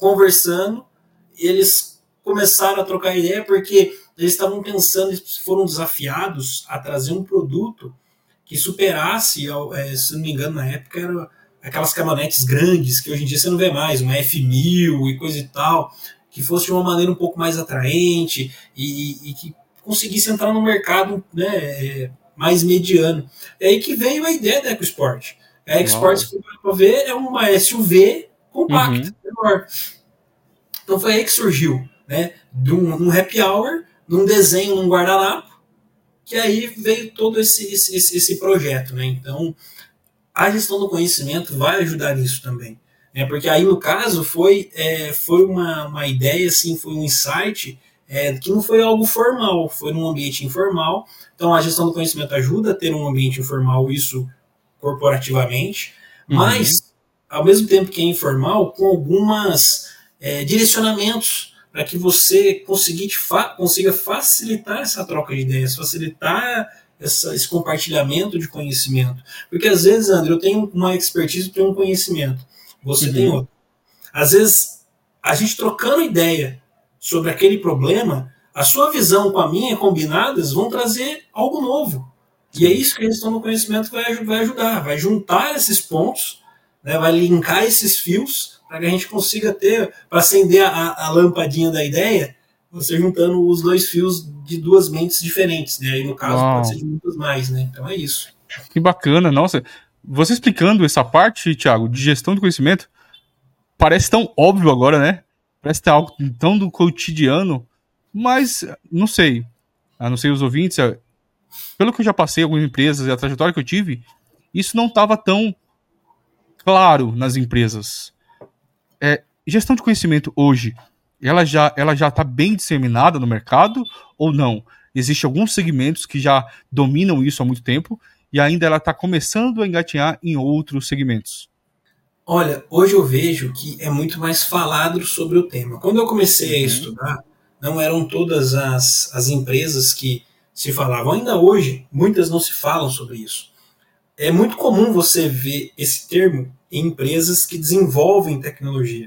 conversando, eles começaram a trocar ideia porque eles estavam pensando, eles foram desafiados a trazer um produto que superasse, é, se não me engano, na época, era aquelas caminhonetes grandes, que hoje em dia você não vê mais, uma F mil e coisa e tal, que fosse de uma maneira um pouco mais atraente e, e que conseguisse entrar no mercado, né, mais mediano. É aí que veio a ideia da EcoSport. A EcoSport, se for para ver, é uma S U V compacta, uhum. menor. Então foi aí que surgiu, né, de um, um happy hour, num desenho, num guardanapo, que aí veio todo esse, esse, esse projeto. Né? Então, a gestão do conhecimento vai ajudar nisso também. Né? Porque aí, no caso, foi, é, foi uma, uma ideia, assim, foi um insight é, que não foi algo formal, foi num ambiente informal. Então, a gestão do conhecimento ajuda a ter um ambiente informal, isso corporativamente, uhum. mas, ao mesmo tempo que é informal, com algumas é, direcionamentos para que você consiga, fa consiga facilitar essa troca de ideias, facilitar essa, esse compartilhamento de conhecimento. Porque às vezes, André, eu tenho uma expertise, eu tenho um conhecimento, você uhum. tem outro. Às vezes, a gente trocando ideia sobre aquele problema, a sua visão com a minha combinadas vão trazer algo novo. E é isso que a gestão do conhecimento vai, vai ajudar, vai juntar esses pontos, né, vai linkar esses fios para que a gente consiga ter, para acender a, a lampadinha da ideia, você juntando os dois fios de duas mentes diferentes, né? Aí no caso Uau. Pode ser de muitas mais, né? Então é isso. Que bacana, nossa. Você explicando essa parte, Thiago, de gestão do conhecimento, parece tão óbvio agora, né? Parece ter algo tão do cotidiano, mas não sei, a não ser os ouvintes, pelo que eu já passei em algumas empresas e a trajetória que eu tive, isso não estava tão claro nas empresas. É, gestão de conhecimento hoje, ela já ela já está bem disseminada no mercado ou não? Existem alguns segmentos que já dominam isso há muito tempo e ainda ela está começando a engatinhar em outros segmentos. Olha, hoje eu vejo que é muito mais falado sobre o tema. Quando eu comecei uhum. a estudar, não eram todas as, as empresas que se falavam. Ainda hoje, muitas não se falam sobre isso. É muito comum você ver esse termo em empresas que desenvolvem tecnologia.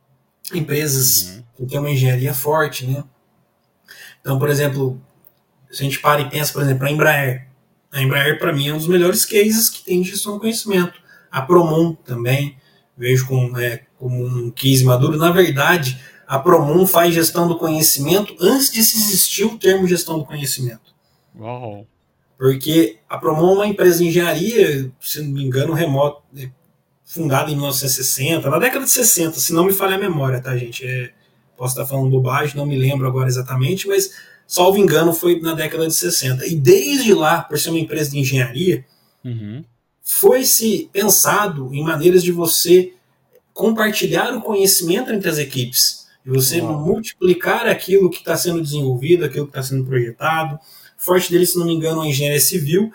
Empresas uhum. que têm uma engenharia forte, né? Então, por exemplo, se a gente para e pensa, por exemplo, a Embraer. A Embraer, para mim, é um dos melhores cases que tem de gestão do conhecimento. A Promon também, vejo como, é, como um case maduro. Na verdade, a Promon faz gestão do conhecimento antes de existir o termo gestão do conhecimento. Uau. Porque a Promon é uma empresa de engenharia, se não me engano, remoto, fundada em mil novecentos e sessenta, na década de sessenta, se não me falha a memória, tá, gente? É, posso estar falando bobagem, não me lembro agora exatamente, mas, salvo engano, foi na década de sessenta. E desde lá, por ser uma empresa de engenharia, uhum. foi-se pensado em maneiras de você compartilhar o conhecimento entre as equipes, de você Uau. multiplicar aquilo que está sendo desenvolvido, aquilo que está sendo projetado. Forte dele, se não me engano, é a engenharia civil,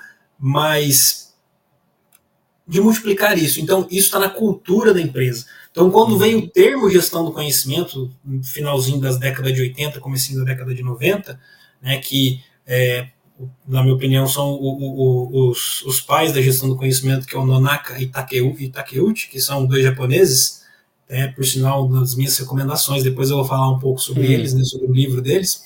mas de multiplicar isso. Então, isso está na cultura da empresa. Então, quando uhum. veio o termo gestão do conhecimento, no finalzinho das décadas de oitenta, comecinho da década de noventa, né, que, é, na minha opinião, são o, o, os, os pais da gestão do conhecimento, que é o Nonaka e Takeuchi, que são dois japoneses, é, por sinal, das minhas recomendações, depois eu vou falar um pouco sobre uhum. eles, né, sobre o livro deles.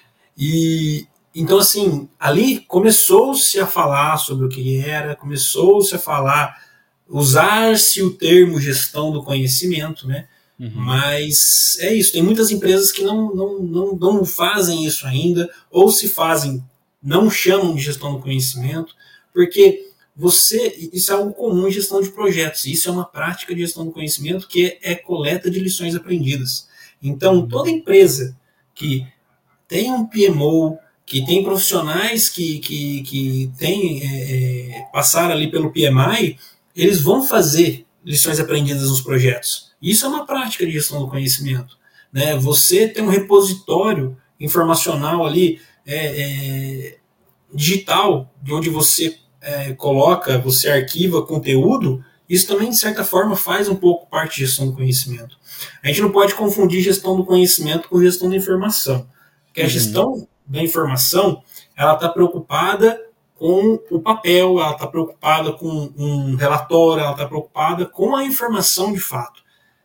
E então, assim, ali começou-se a falar sobre o que era, começou-se a falar, usar-se o termo gestão do conhecimento, né? Uhum. Mas é isso, tem muitas empresas que não, não, não, não fazem isso ainda, ou se fazem, não chamam de gestão do conhecimento, porque você, isso é algo comum em gestão de projetos, isso é uma prática de gestão do conhecimento que é, é coleta de lições aprendidas. Então, uhum. toda empresa que tem um P M O, que tem profissionais que, que, que tem, é, é, passaram ali pelo P M I, eles vão fazer lições aprendidas nos projetos. Isso é uma prática de gestão do conhecimento. Né? Você tem um repositório informacional ali, é, é, digital, de onde você é, coloca, você arquiva conteúdo, isso também, de certa forma, faz um pouco parte de gestão do conhecimento. A gente não pode confundir gestão do conhecimento com gestão da informação. Porque a gestão da informação, ela está preocupada com o papel, ela está preocupada com um relatório, ela está preocupada com a informação de fato.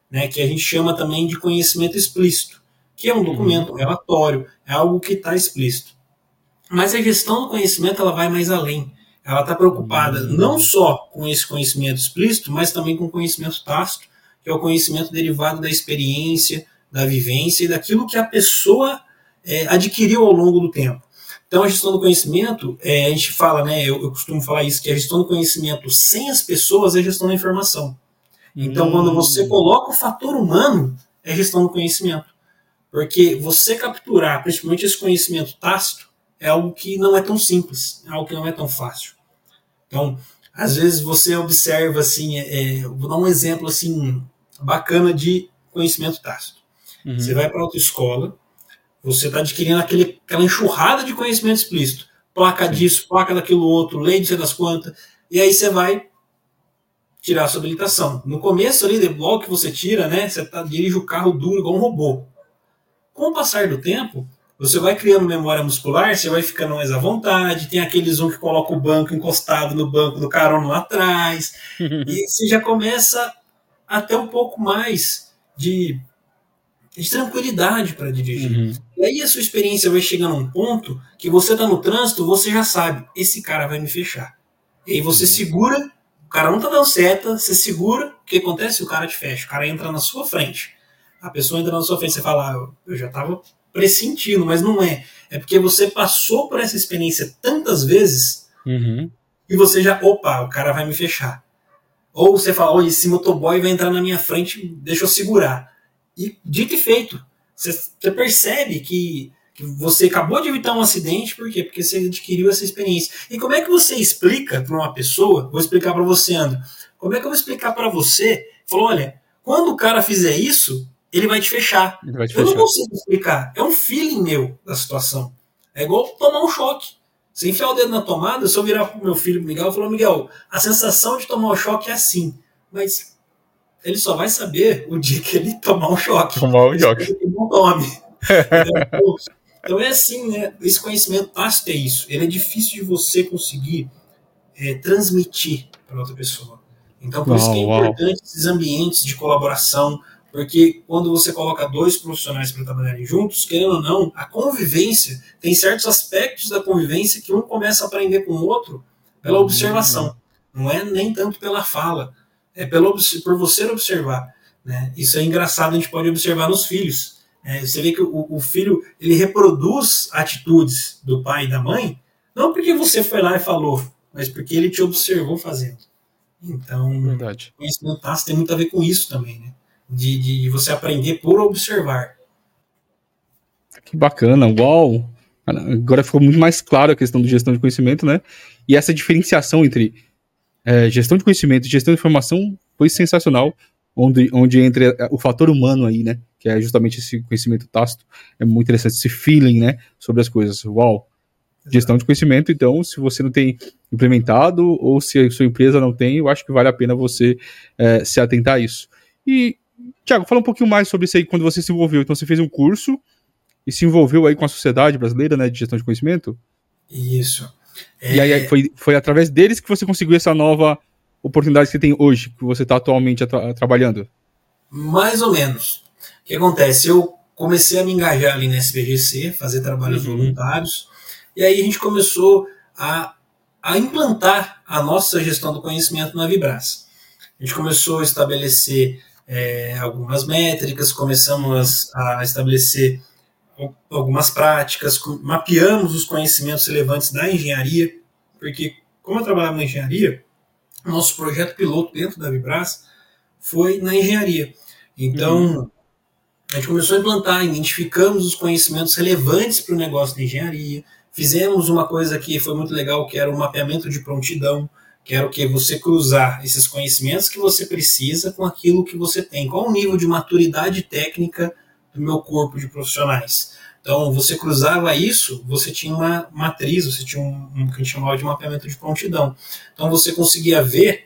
né, que a gente chama também de conhecimento explícito, que é um documento, um relatório, é algo que está explícito. Mas a gestão do conhecimento ela vai mais além. Ela está preocupada uhum. não só com esse conhecimento explícito, mas também com o conhecimento tácito, que é o conhecimento derivado da experiência, da vivência e daquilo que a pessoa é, adquiriu ao longo do tempo. Então, a gestão do conhecimento, é, a gente fala, né, eu, eu costumo falar isso, que a gestão do conhecimento sem as pessoas é gestão da informação. Então, hum. quando você coloca o fator humano, é gestão do conhecimento. Porque você capturar, principalmente esse conhecimento tácito, é algo que não é tão simples, é algo que não é tão fácil. Então, às vezes você observa, assim, é, vou dar um exemplo assim, bacana de conhecimento tácito. Uhum. Você vai para a autoescola, você está adquirindo aquele, aquela enxurrada de conhecimento explícito. Placa Sim. disso, placa daquilo outro, lei de sei das quantas. E aí você vai tirar a sua habilitação. No começo ali, logo que você tira, né, você tá, dirige o carro duro igual um robô. Com o passar do tempo, você vai criando memória muscular, você vai ficando mais à vontade, tem aqueles um que coloca o banco encostado no banco do carona lá atrás, e você já começa a ter um pouco mais de, de tranquilidade para dirigir. Uhum. E aí a sua experiência vai chegar num ponto que você está no trânsito, você já sabe, esse cara vai me fechar. E aí você uhum. segura, o cara não está dando seta, você segura, o que acontece? O cara te fecha, o cara entra na sua frente. A pessoa entra na sua frente, você fala, ah, eu já estava pressentindo, mas não é. É porque você passou por essa experiência tantas vezes uhum. e você já, opa, o cara vai me fechar. Ou você fala, olha, esse motoboy vai entrar na minha frente, deixa eu segurar. E dito e feito, você, você percebe que, que você acabou de evitar um acidente, por quê? Porque você adquiriu essa experiência. E como é que você explica para uma pessoa, vou explicar para você, André, como é que eu vou explicar para você, falou, olha, quando o cara fizer isso, ele vai te fechar. Vai te eu fechar. Não consigo explicar. É um feeling meu da situação. É igual tomar um choque. Se enfiar o dedo na tomada, se eu virar pro meu filho Miguel e falar, Miguel, a sensação de tomar o choque é assim. Mas ele só vai saber o dia que ele tomar um choque. Tomar um choque. Ele não tome. então, então é assim, né? Esse conhecimento tácito é isso. Ele é difícil de você conseguir é, transmitir para outra pessoa. Então por uau, isso que é importante uau. esses ambientes de colaboração. Porque quando você coloca dois profissionais para trabalharem juntos, querendo ou não, a convivência, tem certos aspectos da convivência que um começa a aprender com o outro pela observação. Não é nem tanto pela fala, é pelo, por você observar. Né? Isso é engraçado, a gente pode observar nos filhos. É, você vê que o, o filho ele reproduz atitudes do pai e da mãe, não porque você foi lá e falou, mas porque ele te observou fazendo. Então, verdade. O conhecimento tácito tem muito a ver com isso também, né? De, de você aprender por observar. Que bacana, uau! Agora ficou muito mais claro a questão de gestão de conhecimento, né? E essa diferenciação entre é, gestão de conhecimento e gestão de informação foi sensacional, onde, onde entra o fator humano aí, né? Que é justamente esse conhecimento tácito. É muito interessante, esse feeling, né? Sobre as coisas. Uau! Exato. Gestão de conhecimento, então, se você não tem implementado ou se a sua empresa não tem, eu acho que vale a pena você é, se atentar a isso. E Tiago, fala um pouquinho mais sobre isso aí, quando você se envolveu. Então, você fez um curso e se envolveu aí com a sociedade brasileira, né, de gestão de conhecimento? Isso. É... E aí foi, foi através deles que você conseguiu essa nova oportunidade que você tem hoje, que você está atualmente tra- trabalhando? Mais ou menos. O que acontece? Eu comecei a me engajar ali na S B G C, fazer trabalhos uhum. voluntários, e aí a gente começou a, a implantar a nossa gestão do conhecimento na Vibras. A gente começou a estabelecer É, algumas métricas, começamos a estabelecer algumas práticas, mapeamos os conhecimentos relevantes da engenharia, porque como eu trabalhava na engenharia, nosso projeto piloto dentro da Vibras foi na engenharia. Então, uhum. a gente começou a implantar, identificamos os conhecimentos relevantes para o negócio da engenharia, fizemos uma coisa que foi muito legal, que era o mapeamento de prontidão, que era o que? Você cruzar esses conhecimentos que você precisa com aquilo que você tem. Qual o nível de maturidade técnica do meu corpo de profissionais? Então, você cruzava isso, você tinha uma matriz, você tinha um, um que a gente chamava de mapeamento de prontidão. Então, você conseguia ver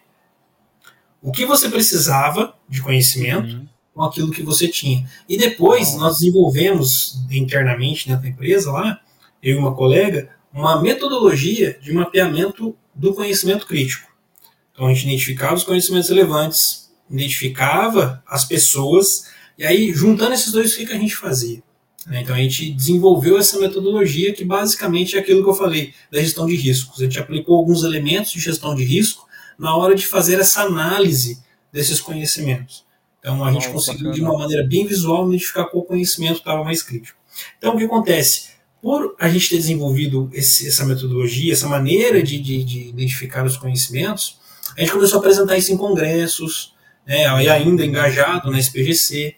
o que você precisava de conhecimento uhum. com aquilo que você tinha. E depois, nós desenvolvemos internamente dentro da empresa, lá, eu e uma colega, uma metodologia de mapeamento do conhecimento crítico. Então a gente identificava os conhecimentos relevantes, identificava as pessoas, e aí, juntando esses dois, o que, que a gente fazia? Então, a gente desenvolveu essa metodologia que basicamente é aquilo que eu falei da gestão de riscos. A gente aplicou alguns elementos de gestão de risco na hora de fazer essa análise desses conhecimentos. Então, a gente oh, conseguiu, bacana. de uma maneira bem visual, identificar qual conhecimento estava mais crítico. Então, o que acontece? Por a gente ter desenvolvido esse, essa metodologia, essa maneira de, de, de identificar os conhecimentos, a gente começou a apresentar isso em congressos, né, e ainda engajado na S P G C,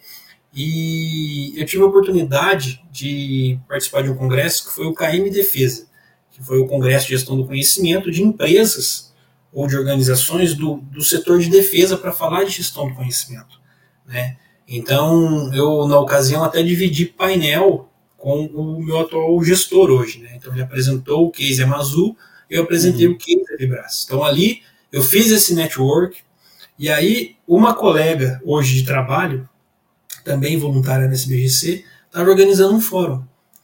e eu tive a oportunidade de participar de um congresso que foi o K M Defesa, que foi o Congresso de Gestão do Conhecimento de empresas ou de organizações do, do setor de defesa para falar de gestão do conhecimento, né? Então, eu, na ocasião, até dividi painel com o meu atual gestor hoje, né? Então, ele apresentou o case Amazul, eu apresentei uhum. o case Vibras. Então, ali, eu fiz esse network, e aí, uma colega hoje de trabalho, também voluntária na S B G C, estava organizando um fórum.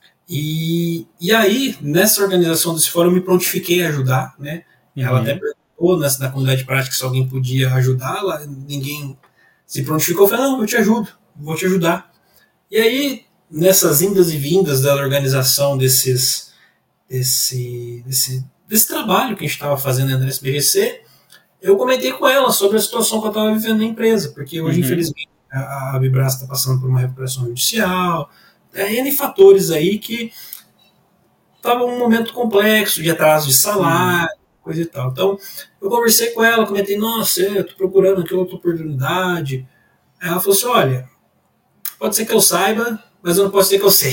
E, e aí, nessa organização desse fórum, eu me prontifiquei a ajudar, né? Uhum. Ela até perguntou nessa, na comunidade prática se alguém podia ajudá-la, ninguém se prontificou, eu falei, não, eu te ajudo, vou te ajudar. E aí, nessas indas e vindas da organização desses, desse, desse, desse trabalho que a gente estava fazendo na S B G C, eu comentei com ela sobre a situação que eu estava vivendo na empresa, porque hoje, uhum. infelizmente, a, a Vibras está passando por uma recuperação judicial, é, N fatores aí que estava um momento complexo de atraso de salário, uhum. coisa e tal. Então, eu conversei com ela, comentei, nossa, eu estou procurando aqui outra oportunidade. Aí ela falou assim, olha, pode ser que eu saiba, mas eu não posso dizer que eu sei.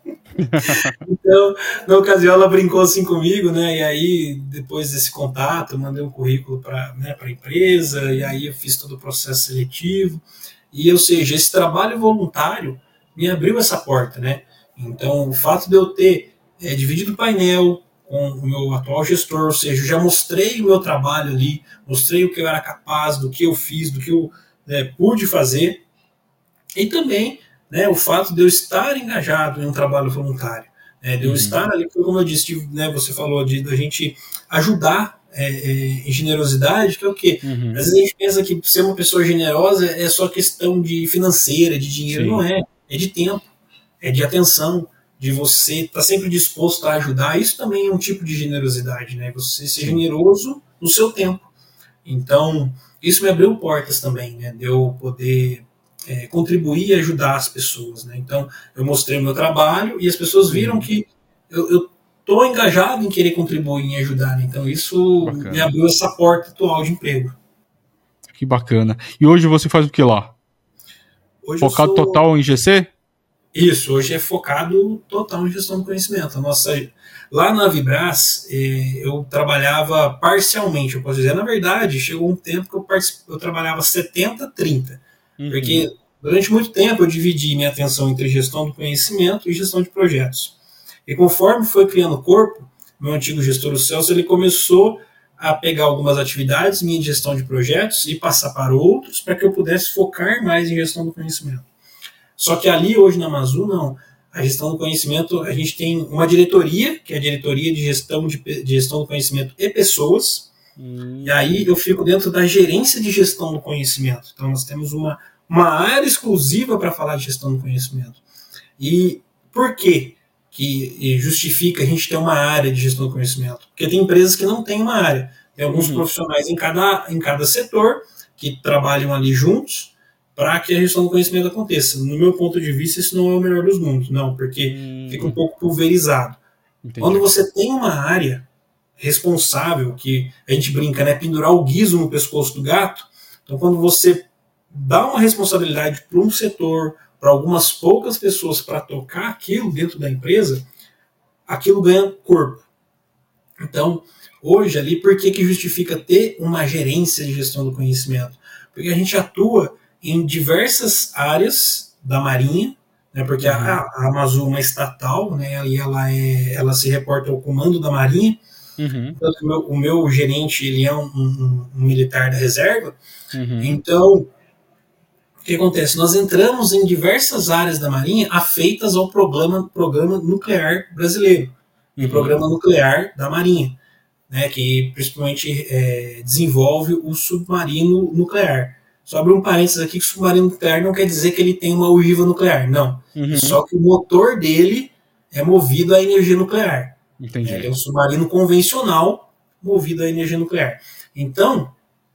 Então, na ocasião, ela brincou assim comigo, né? E aí, depois desse contato, eu mandei um currículo para, né, a empresa, e aí eu fiz todo o processo seletivo. E, ou seja, esse trabalho voluntário me abriu essa porta, né? Então, o fato de eu ter é, dividido o painel com o meu atual gestor, ou seja, eu já mostrei o meu trabalho ali, mostrei o que eu era capaz, do que eu fiz, do que eu né, pude fazer, e também né, o fato de eu estar engajado em um trabalho voluntário, né, de eu uhum. estar ali, como eu disse, né, você falou de da gente ajudar é, é, em generosidade, que é o quê? Uhum. Às vezes a gente pensa que ser uma pessoa generosa é só questão de financeira, de dinheiro, Sim. não é, é de tempo, é de atenção, de você estar tá sempre disposto a ajudar. Isso também é um tipo de generosidade, né? Você ser generoso no seu tempo. Então, isso me abriu portas também, né? De eu poder é, contribuir e ajudar as pessoas, né? Então, eu mostrei o meu trabalho e as pessoas viram que eu estou engajado em querer contribuir e ajudar, né? Então, isso bacana. Me abriu essa porta atual de emprego. Que bacana. E hoje você faz o que lá? Hoje Focado sou... total em G C? Isso, hoje é focado total em gestão do conhecimento. A nossa, lá na Vibras, eh, eu trabalhava parcialmente, eu posso dizer. Na verdade, chegou um tempo que eu, eu trabalhava setenta a trinta. Uhum. Porque durante muito tempo eu dividi minha atenção entre gestão do conhecimento e gestão de projetos. E conforme foi criando o corpo, meu antigo gestor, o Celso, ele começou a pegar algumas atividades minha de gestão de projetos e passar para outros para que eu pudesse focar mais em gestão do conhecimento. Só que ali, hoje na Amazul, não. A gestão do conhecimento, a gente tem uma diretoria, que é a diretoria de gestão, de, de gestão do conhecimento e pessoas, hum. e aí eu fico dentro da gerência de gestão do conhecimento. Então nós temos uma, uma área exclusiva para falar de gestão do conhecimento. E por quê que justifica a gente ter uma área de gestão do conhecimento? Porque tem empresas que não têm uma área. Tem alguns uhum. profissionais em cada, em cada setor que trabalham ali juntos, para que a gestão do conhecimento aconteça. No meu ponto de vista, isso não é o melhor dos mundos, não, porque hum. fica um pouco pulverizado. Entendi. Quando você tem uma área responsável, que a gente brinca, né, pendurar o guiso no pescoço do gato, então quando você dá uma responsabilidade para um setor, para algumas poucas pessoas para tocar aquilo dentro da empresa, aquilo ganha corpo. Então, hoje ali, por que, que justifica ter uma gerência de gestão do conhecimento? Porque a gente atua em diversas áreas da Marinha, né, porque uhum. a, a Amazul é uma estatal, né, e ela, é, ela se reporta ao comando da Marinha. Uhum. Então, o, meu, o meu gerente ele é um, um, um militar da reserva. Uhum. Então, o que acontece? Nós entramos em diversas áreas da Marinha afeitas ao programa, programa nuclear brasileiro, uhum. e programa nuclear da Marinha, né, que principalmente é, desenvolve o submarino nuclear. Só abrir um parênteses aqui, que o submarino nuclear não quer dizer que ele tem uma ogiva nuclear, não. Uhum. Só que o motor dele é movido à energia nuclear. Entendi. Ele é um submarino convencional movido à energia nuclear. Então,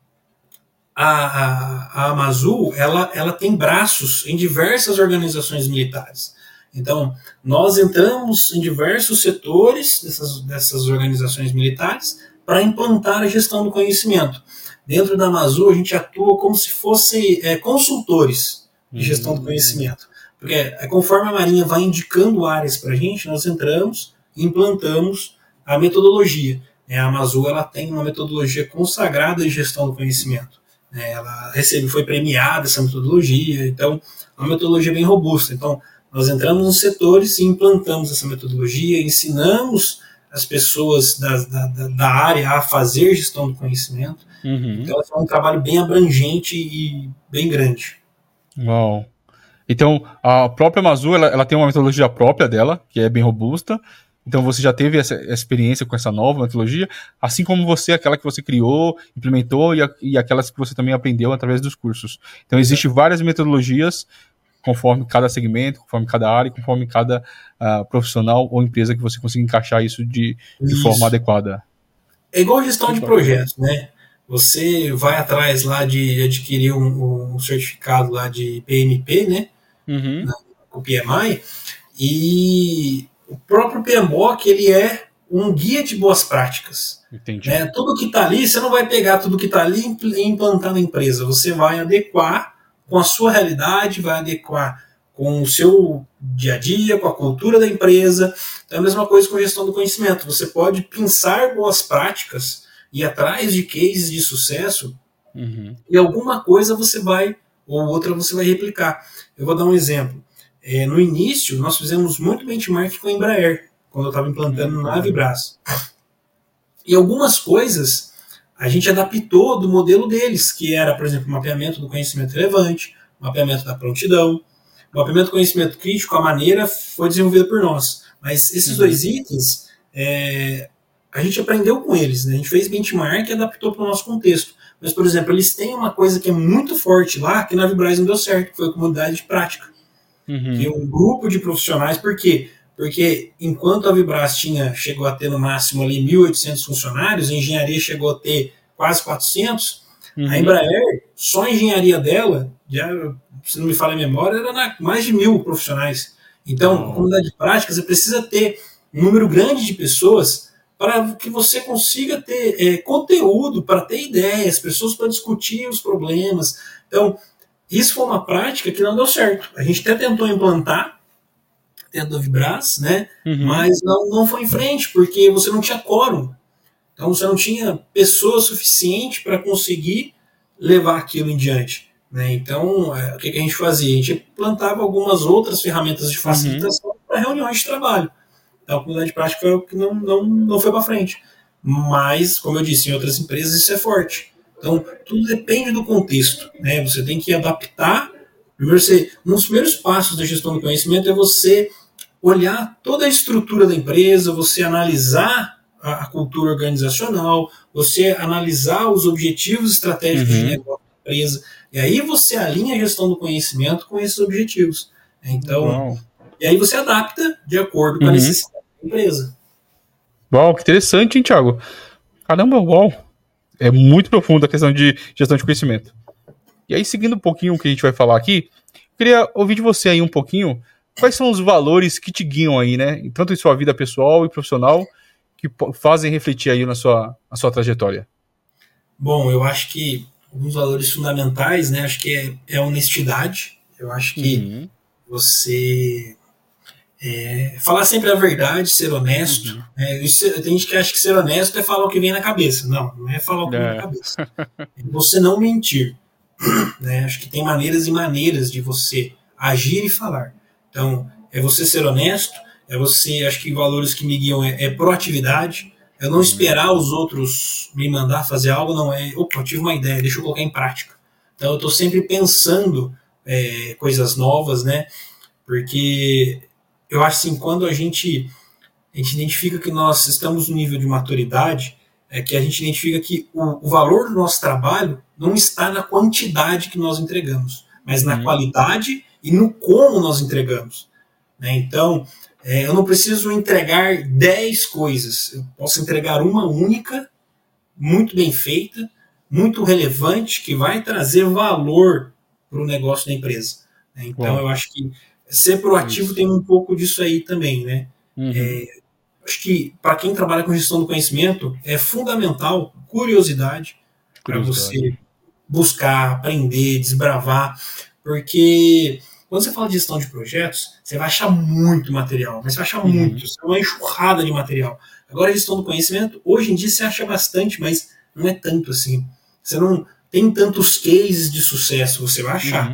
a, a, a Amazul, ela, ela tem braços em diversas organizações militares. Então, nós entramos em diversos setores dessas, dessas organizações militares para implantar a gestão do conhecimento. Dentro da Amazul, a gente atua como se fossem é, consultores de gestão do conhecimento. Porque é, conforme a Marinha vai indicando áreas para a gente, nós entramos e implantamos a metodologia. É, a Amazul ela tem uma metodologia consagrada de gestão do conhecimento. É, ela recebe, foi premiada essa metodologia, então é uma metodologia bem robusta. Então, nós entramos nos setores e implantamos essa metodologia, ensinamos as pessoas da, da, da área a fazer gestão do conhecimento. Uhum. Então, é um trabalho bem abrangente e bem grande. Uau! Então, a própria Amazul, ela, ela tem uma metodologia própria dela, que é bem robusta. Então, você já teve essa experiência com essa nova metodologia, assim como você, aquela que você criou, implementou e, a, e aquelas que você também aprendeu através dos cursos. Então, existem várias metodologias conforme cada segmento, conforme cada área, conforme cada uh, profissional ou empresa que você consiga encaixar isso de, de isso. forma adequada. É igual gestão de projetos, né? Você vai atrás lá de adquirir um, um certificado lá de P M P, né? Uhum. O P M I, e o próprio P M O C, ele é um guia de boas práticas. Entendi. Né? Tudo que está ali, você não vai pegar tudo que está ali e implantar na empresa. Você vai adequar com a sua realidade, vai adequar com o seu dia a dia, com a cultura da empresa. Então é a mesma coisa com a gestão do conhecimento. Você pode pensar boas práticas, ir atrás de cases de sucesso, uhum. e alguma coisa você vai, ou outra você vai replicar. Eu vou dar um exemplo. É, no início, nós fizemos muito benchmark com a Embraer, quando eu estava implantando uhum. na Avibras. E algumas coisas a gente adaptou do modelo deles, que era, por exemplo, mapeamento do conhecimento relevante, mapeamento da prontidão, mapeamento do conhecimento crítico, a maneira foi desenvolvida por nós. Mas esses uhum. dois itens, é, a gente aprendeu com eles, né? A gente fez benchmark e adaptou para o nosso contexto. Mas, por exemplo, eles têm uma coisa que é muito forte lá, que na Avibras não deu certo, que foi a comunidade de prática. Uhum. Que é um grupo de profissionais, por quê? Porque enquanto a Avibras tinha, chegou a ter no máximo ali mil e oitocentos funcionários, a engenharia chegou a ter quase quatrocentos, uhum. a Embraer, só a engenharia dela, já, se não me falha a memória, era na, mais de mil profissionais. Então, uhum. a comunidade de prática, você precisa ter um número grande de pessoas para que você consiga ter é, conteúdo, para ter ideias, pessoas para discutir os problemas. Então, isso foi uma prática que não deu certo. A gente até tentou implantar dentro da Avibras, né? Uhum. Mas não, não foi em frente, porque você não tinha quórum. Então você não tinha pessoa suficiente para conseguir levar aquilo em diante. Né? Então, é, o que, que a gente fazia? A gente implantava algumas outras ferramentas de facilitação uhum. para reuniões de trabalho. Então, a comunidade de prática foi o que não, não, não foi para frente. Mas, como eu disse, em outras empresas isso é forte. Então, tudo depende do contexto. Né? Você tem que adaptar. Primeiro, você, um dos primeiros passos da gestão do conhecimento é você olhar toda a estrutura da empresa, você analisar a, a cultura organizacional, você analisar os objetivos estratégicos uhum. de negócio da empresa, e aí você alinha a gestão do conhecimento com esses objetivos. Então, Uau. E aí você adapta de acordo com uhum. a necessidade da empresa. Uau, que interessante, hein, Thiago? Caramba, uau! É muito profundo a questão de gestão de conhecimento. E aí, seguindo um pouquinho o que a gente vai falar aqui, eu queria ouvir de você aí um pouquinho quais são os valores que te guiam aí, né? Tanto em sua vida pessoal e profissional, que fazem refletir aí na sua, na sua trajetória. Bom, eu acho que alguns valores fundamentais, né? Acho que é, é a honestidade. Eu acho que uhum. você é, falar sempre a verdade, ser honesto. Uhum. Né? Isso, tem gente que acha que ser honesto é falar o que vem na cabeça. Não, não é falar o que é. vem na cabeça. É você não mentir. Né? Acho que tem maneiras e maneiras de você agir e falar. Então, é você ser honesto, é você, acho que valores que me guiam é, é proatividade, é não esperar os outros me mandar fazer algo, não é, opa, eu tive uma ideia, deixa eu colocar em prática. Então, eu estou sempre pensando é, coisas novas, né? Porque eu acho assim, quando a gente, a gente identifica que nós estamos no nível de maturidade, é que a gente identifica que o, o valor do nosso trabalho não está na quantidade que nós entregamos, mas na Uhum. qualidade e no como nós entregamos. Né? Então, é, eu não preciso entregar dez coisas, eu posso entregar uma única, muito bem feita, muito relevante, que vai trazer valor para o negócio da empresa. Né? Então, Bom, eu acho que ser proativo isso. tem um pouco disso aí também. Né? Uhum. É, acho que para quem trabalha com gestão do conhecimento, é fundamental curiosidade para você Curiosidade. buscar, aprender, desbravar, porque quando você fala de gestão de projetos, você vai achar muito material, mas você vai achar Uhum. muito, você vai uma enxurrada de material. Agora, a gestão do conhecimento, hoje em dia você acha bastante, mas não é tanto assim. Você não tem tantos cases de sucesso, você vai achar. Uhum.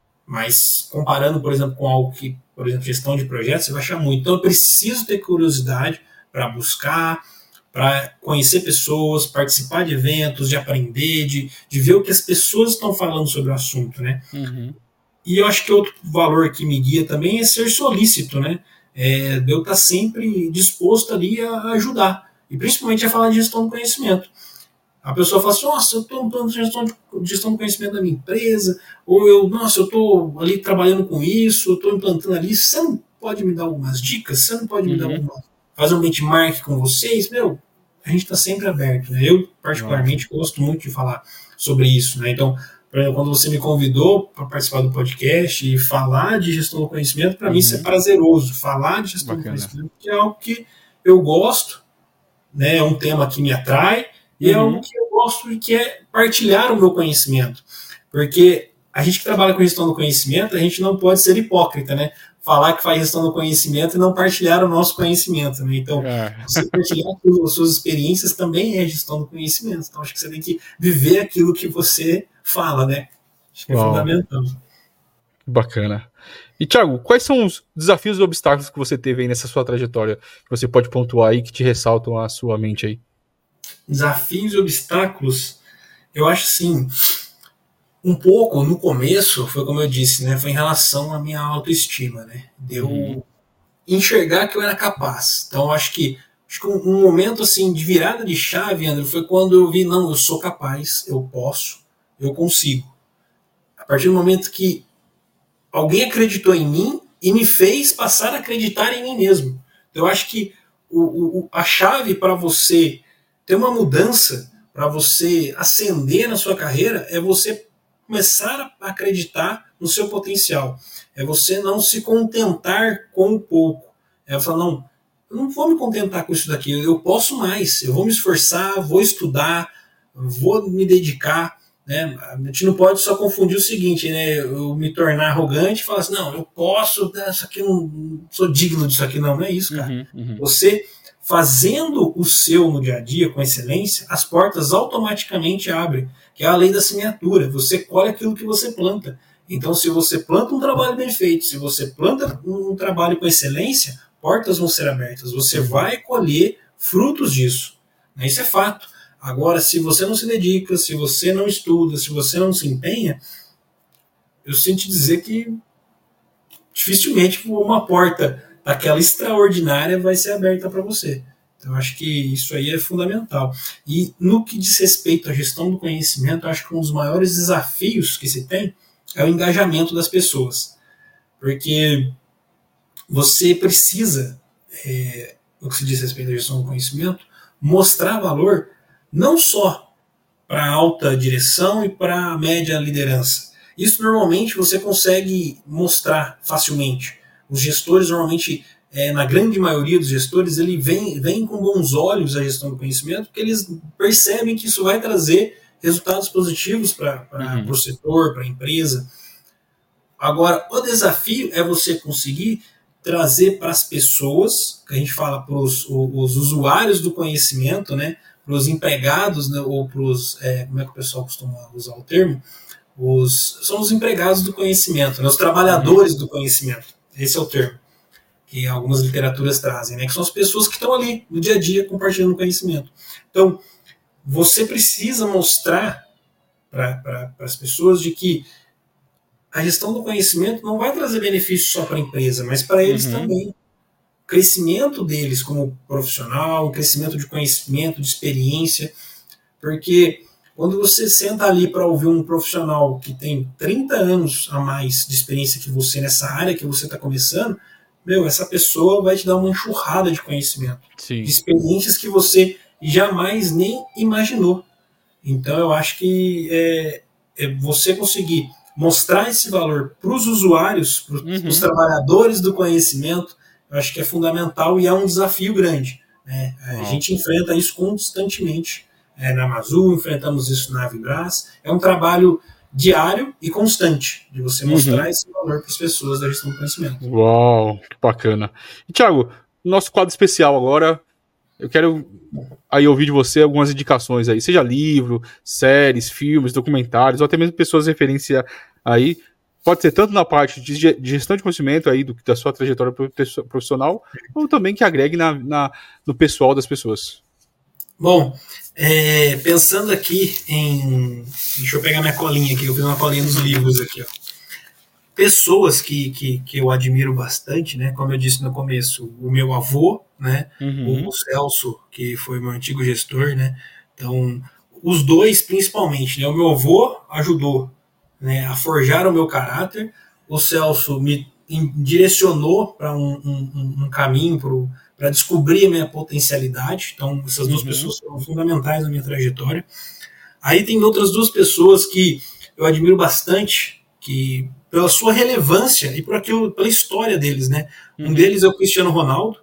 Mas comparando, por exemplo, com algo que, por exemplo, gestão de projetos, você vai achar muito. Então eu preciso ter curiosidade para buscar, para conhecer pessoas, participar de eventos, de aprender, de, de ver o que as pessoas estão falando sobre o assunto, né? Uhum. E eu acho que outro valor que me guia também é ser solícito, né? É, eu estar sempre disposto ali a ajudar. E principalmente a falar de gestão do conhecimento. A pessoa fala assim, nossa, eu estou no plano de gestão, de gestão do conhecimento da minha empresa, ou eu, nossa, eu estou ali trabalhando com isso, eu estou implantando ali, você não pode me dar algumas dicas? Você não pode me dar Uhum. alguma, fazer um benchmark com vocês? Meu, a gente está sempre aberto, né? Eu, Uau. particularmente, gosto muito de falar sobre isso, né? Então, por exemplo, quando você me convidou para participar do podcast e falar de gestão do conhecimento, para mim isso é Uhum. prazeroso, falar de gestão do Bacana. conhecimento, que é algo que eu gosto, né? É um tema que me atrai, e é algo Uhum. que eu gosto e que é partilhar o meu conhecimento. Porque a gente que trabalha com gestão do conhecimento, a gente não pode ser hipócrita, né? Falar que faz gestão do conhecimento e não partilhar o nosso conhecimento, né? Então, É. você partilhar as suas experiências também é gestão do conhecimento. Então, acho que você tem que viver aquilo que você fala, né? Acho que é Uau. fundamental. Bacana. E, Thiago, quais são os desafios e obstáculos que você teve aí nessa sua trajetória que você pode pontuar aí, que te ressaltam a sua mente aí? Desafios e obstáculos, eu acho assim, um pouco no começo, foi como eu disse, né? Foi em relação à minha autoestima, né? Deu Uhum. enxergar que eu era capaz. Então, acho que, acho que um, um momento assim de virada de chave, André, foi quando eu vi, não, eu sou capaz, eu posso, eu consigo. A partir do momento que alguém acreditou em mim e me fez passar a acreditar em mim mesmo. Então, eu acho que o, o, a chave para você ter uma mudança, para você ascender na sua carreira, é você começar a acreditar no seu potencial. É você não se contentar com o pouco. É falar, não, eu não vou me contentar com isso daqui, eu posso mais, eu vou me esforçar, vou estudar, vou me dedicar. Né? A gente não pode só confundir o seguinte, né? Eu me tornar arrogante e falar assim, não, eu posso, isso aqui não, não sou digno disso aqui, não, não é isso, cara. Uhum. Uhum. Você fazendo o seu no dia a dia com excelência, as portas automaticamente abrem, que é a lei da semeadura. Você colhe aquilo que você planta. Então, se você planta um trabalho bem feito, se você planta um trabalho com excelência, portas vão ser abertas. Você Uhum. vai colher frutos disso. Isso é fato. Agora, se você não se dedica, se você não estuda, se você não se empenha, eu sinto dizer que dificilmente uma porta daquela extraordinária vai ser aberta para você. Então, eu acho que isso aí é fundamental. E no que diz respeito à gestão do conhecimento, eu acho que um dos maiores desafios que se tem é o engajamento das pessoas. Porque você precisa, é, no que se diz respeito à gestão do conhecimento, mostrar valor não só para a alta direção e para a média liderança. Isso normalmente você consegue mostrar facilmente. Os gestores normalmente, é, na grande maioria dos gestores, ele vem, vem com bons olhos a gestão do conhecimento, porque eles percebem que isso vai trazer resultados positivos para Uhum. o setor, para a empresa. Agora, o desafio é você conseguir trazer para as pessoas, que a gente fala para os usuários do conhecimento, né, para os empregados, né, ou para os, é, como é que o pessoal costuma usar o termo? Os, são os empregados do conhecimento, né, os trabalhadores uhum. do conhecimento. Esse é o termo que algumas literaturas trazem, né, que são as pessoas que estão ali no dia a dia compartilhando conhecimento. Então, você precisa mostrar para pra, as pessoas de que a gestão do conhecimento não vai trazer benefício só para a empresa, mas para eles uhum. também. crescimento deles como profissional, um crescimento de conhecimento, de experiência, porque quando você senta ali para ouvir um profissional que tem trinta anos a mais de experiência que você nessa área que você está começando, meu, essa pessoa vai te dar uma enxurrada de conhecimento, Sim. de experiências que você jamais nem imaginou. Então eu acho que é, é você conseguir mostrar esse valor para os usuários, para os uhum. trabalhadores do conhecimento, eu acho que é fundamental e é um desafio grande, né? A gente enfrenta isso constantemente, é, na Amazul, enfrentamos isso na Vibras. É um trabalho diário e constante de você mostrar uhum. esse valor para as pessoas da gestão do conhecimento. Uau, que bacana. E, Thiago, nosso quadro especial agora, eu quero aí ouvir de você algumas indicações aí, seja livro, séries, filmes, documentários, ou até mesmo pessoas de referência aí. Pode ser tanto na parte de gestão de conhecimento aí do, da sua trajetória profissional, ou também que agregue na, na, no pessoal das pessoas. Bom, é, pensando aqui em... Deixa eu pegar minha colinha aqui, eu fiz uma colinha nos livros aqui, ó. Pessoas que, que, que eu admiro bastante, né? Como eu disse no começo, o meu avô, né? Uhum. O Celso, que foi meu antigo gestor, né? Então, os dois principalmente, né? O meu avô ajudou, né, a forjar o meu caráter, o Celso me direcionou para um, um, um caminho para descobrir a minha potencialidade. Então, essas duas uhum. pessoas foram fundamentais na minha trajetória. Aí tem outras duas pessoas que eu admiro bastante, que pela sua relevância e por aquilo, pela história deles, né? Uhum. Um deles é o Cristiano Ronaldo,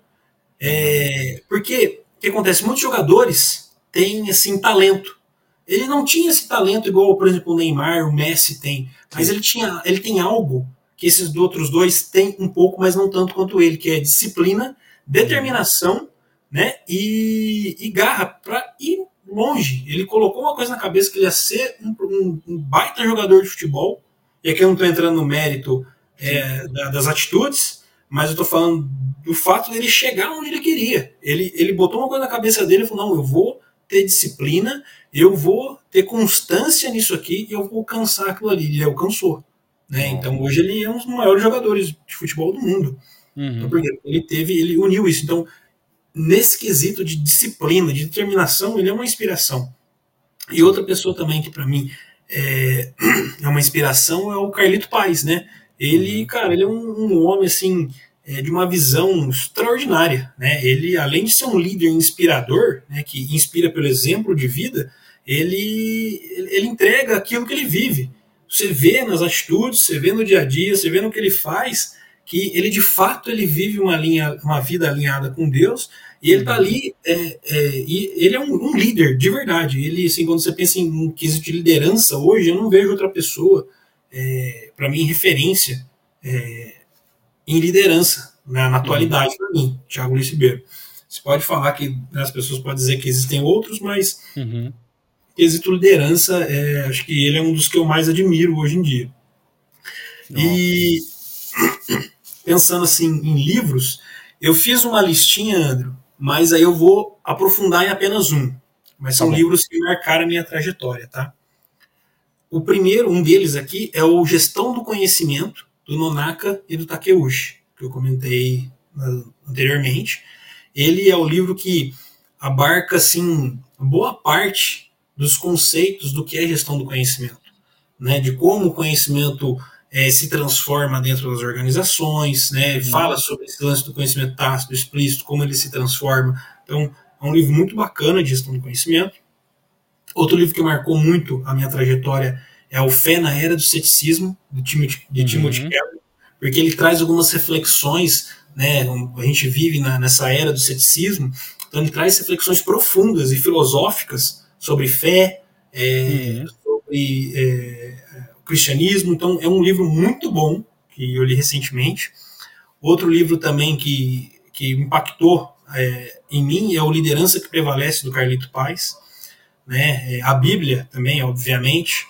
é, porque o que acontece? Muitos jogadores têm assim talento. Ele não tinha esse talento igual, por exemplo, o Neymar, o Messi tem, mas ele, tinha, ele tem algo que esses outros dois têm um pouco, mas não tanto quanto ele, que é disciplina, determinação, né, e, e garra para ir longe. Ele colocou uma coisa na cabeça que ele ia ser um, um, um baita jogador de futebol, e aqui eu não estou entrando no mérito é, da, das atitudes, mas eu estou falando do fato dele chegar onde ele queria. Ele, ele botou uma coisa na cabeça dele e falou, não, eu vou ter disciplina, eu vou ter constância nisso aqui e eu vou alcançar aquilo ali. Ele alcançou, né? Uhum. Então hoje ele é um dos maiores jogadores de futebol do mundo. Uhum. Então, porque ele teve, ele uniu isso. Então, nesse quesito de disciplina, de determinação, ele é uma inspiração. E outra pessoa também que para mim é, é uma inspiração é o Carlito Paes, né? Ele, cara, ele é um, um homem assim, é, de uma visão extraordinária, né? Ele, além de ser um líder inspirador, né, que inspira pelo exemplo de vida, ele, ele entrega aquilo que ele vive. Você vê nas atitudes, você vê no dia a dia, você vê no que ele faz, que ele de fato ele vive uma, linha, uma vida alinhada com Deus, e ele está ali, é, é, e ele é um, um líder de verdade. Ele, assim, quando você pensa em um quesito de liderança hoje, eu não vejo outra pessoa, é, para mim, referência é, em liderança, né, na atualidade, uhum. para mim, Thiago Luiz Ribeiro. Você pode falar que, né, as pessoas podem dizer que existem outros, mas uhum. quesito liderança, é, acho que ele é um dos que eu mais admiro hoje em dia. Nossa. E pensando assim em livros, eu fiz uma listinha, Andrew, mas aí eu vou aprofundar em apenas um. Mas são tá livros que marcaram a minha trajetória, tá? O primeiro, um deles aqui, é o Gestão do Conhecimento, do Nonaka e do Takeuchi, que eu comentei anteriormente. Ele é o livro que abarca, assim, boa parte dos conceitos do que é gestão do conhecimento, né? De como o conhecimento é, se transforma dentro das organizações, né? Uhum. Fala sobre esse lance do conhecimento tácito, explícito, como ele se transforma. Então, é um livro muito bacana de gestão do conhecimento. Outro livro que marcou muito a minha trajetória é o Fé na Era do Ceticismo, de Timothy, de uhum. Timothy Keller, porque ele traz algumas reflexões, né? A gente vive na, nessa era do ceticismo, então ele traz reflexões profundas e filosóficas sobre fé, é, uhum. sobre é, o cristianismo. Então é um livro muito bom, que eu li recentemente. Outro livro também que, que impactou é, em mim é o Liderança que Prevalece, do Carlito Paes. Né? A Bíblia também, obviamente.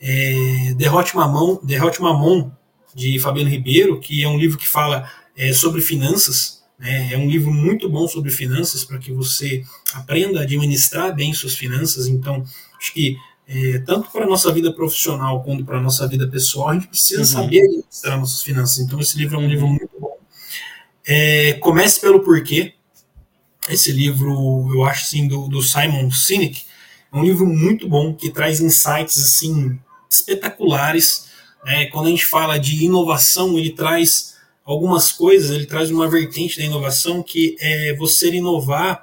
É, Derrote Mamon, Derrote Mamon, de Fabiano Ribeiro, que é um livro que fala é, sobre finanças. Né? É um livro muito bom sobre finanças, para que você aprenda a administrar bem suas finanças. Então, acho que é, tanto para a nossa vida profissional quanto para a nossa vida pessoal, a gente precisa uhum. saber administrar nossas finanças. Então, esse livro é um uhum. livro muito bom. É, Comece pelo Porquê. Esse livro, eu acho assim, do, do Simon Sinek, é um livro muito bom, que traz insights assim, espetaculares. Né? Quando a gente fala de inovação, ele traz algumas coisas, ele traz uma vertente da inovação que é você inovar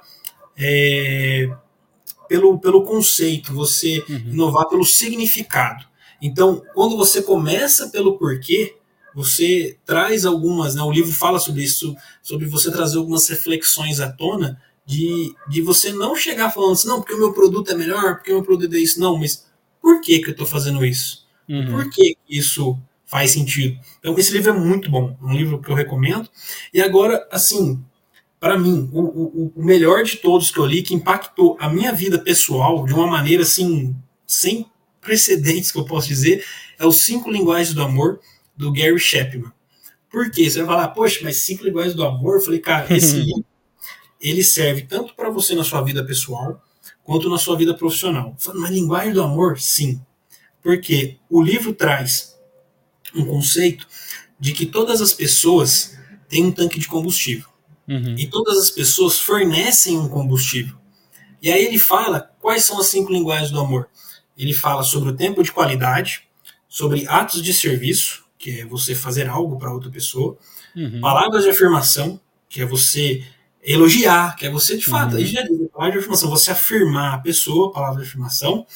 é, pelo, pelo conceito, você uhum. inovar pelo significado. Então, quando você começa pelo porquê, você traz algumas, né, o livro fala sobre isso, sobre você trazer algumas reflexões à tona, de, de você não chegar falando assim, não, porque o meu produto é melhor, porque o meu produto é isso, não, mas por que que eu estou fazendo isso? Uhum. Por que isso faz sentido? Então, esse livro é muito bom, um livro que eu recomendo. E agora, assim, para mim, o, o, o melhor de todos que eu li, que impactou a minha vida pessoal de uma maneira, assim, sem precedentes, que eu posso dizer, é Os Cinco Linguagens do Amor, do Gary Chapman. Por quê? Você vai falar, poxa, mas Cinco Linguagens do Amor? Eu falei, cara, esse livro, ele serve tanto para você na sua vida pessoal, quanto na sua vida profissional. Falei, mas linguagem do amor? Sim. Porque o livro traz um conceito de que todas as pessoas têm um tanque de combustível. Uhum. E todas as pessoas fornecem um combustível. E aí ele fala quais são as cinco linguagens do amor. Ele fala sobre o tempo de qualidade, sobre atos de serviço, que é você fazer algo para outra pessoa, uhum. palavras de afirmação, que é você elogiar, que é você, de fato, uhum. aí já diz, palavra de afirmação, você afirmar a pessoa, palavra de afirmação,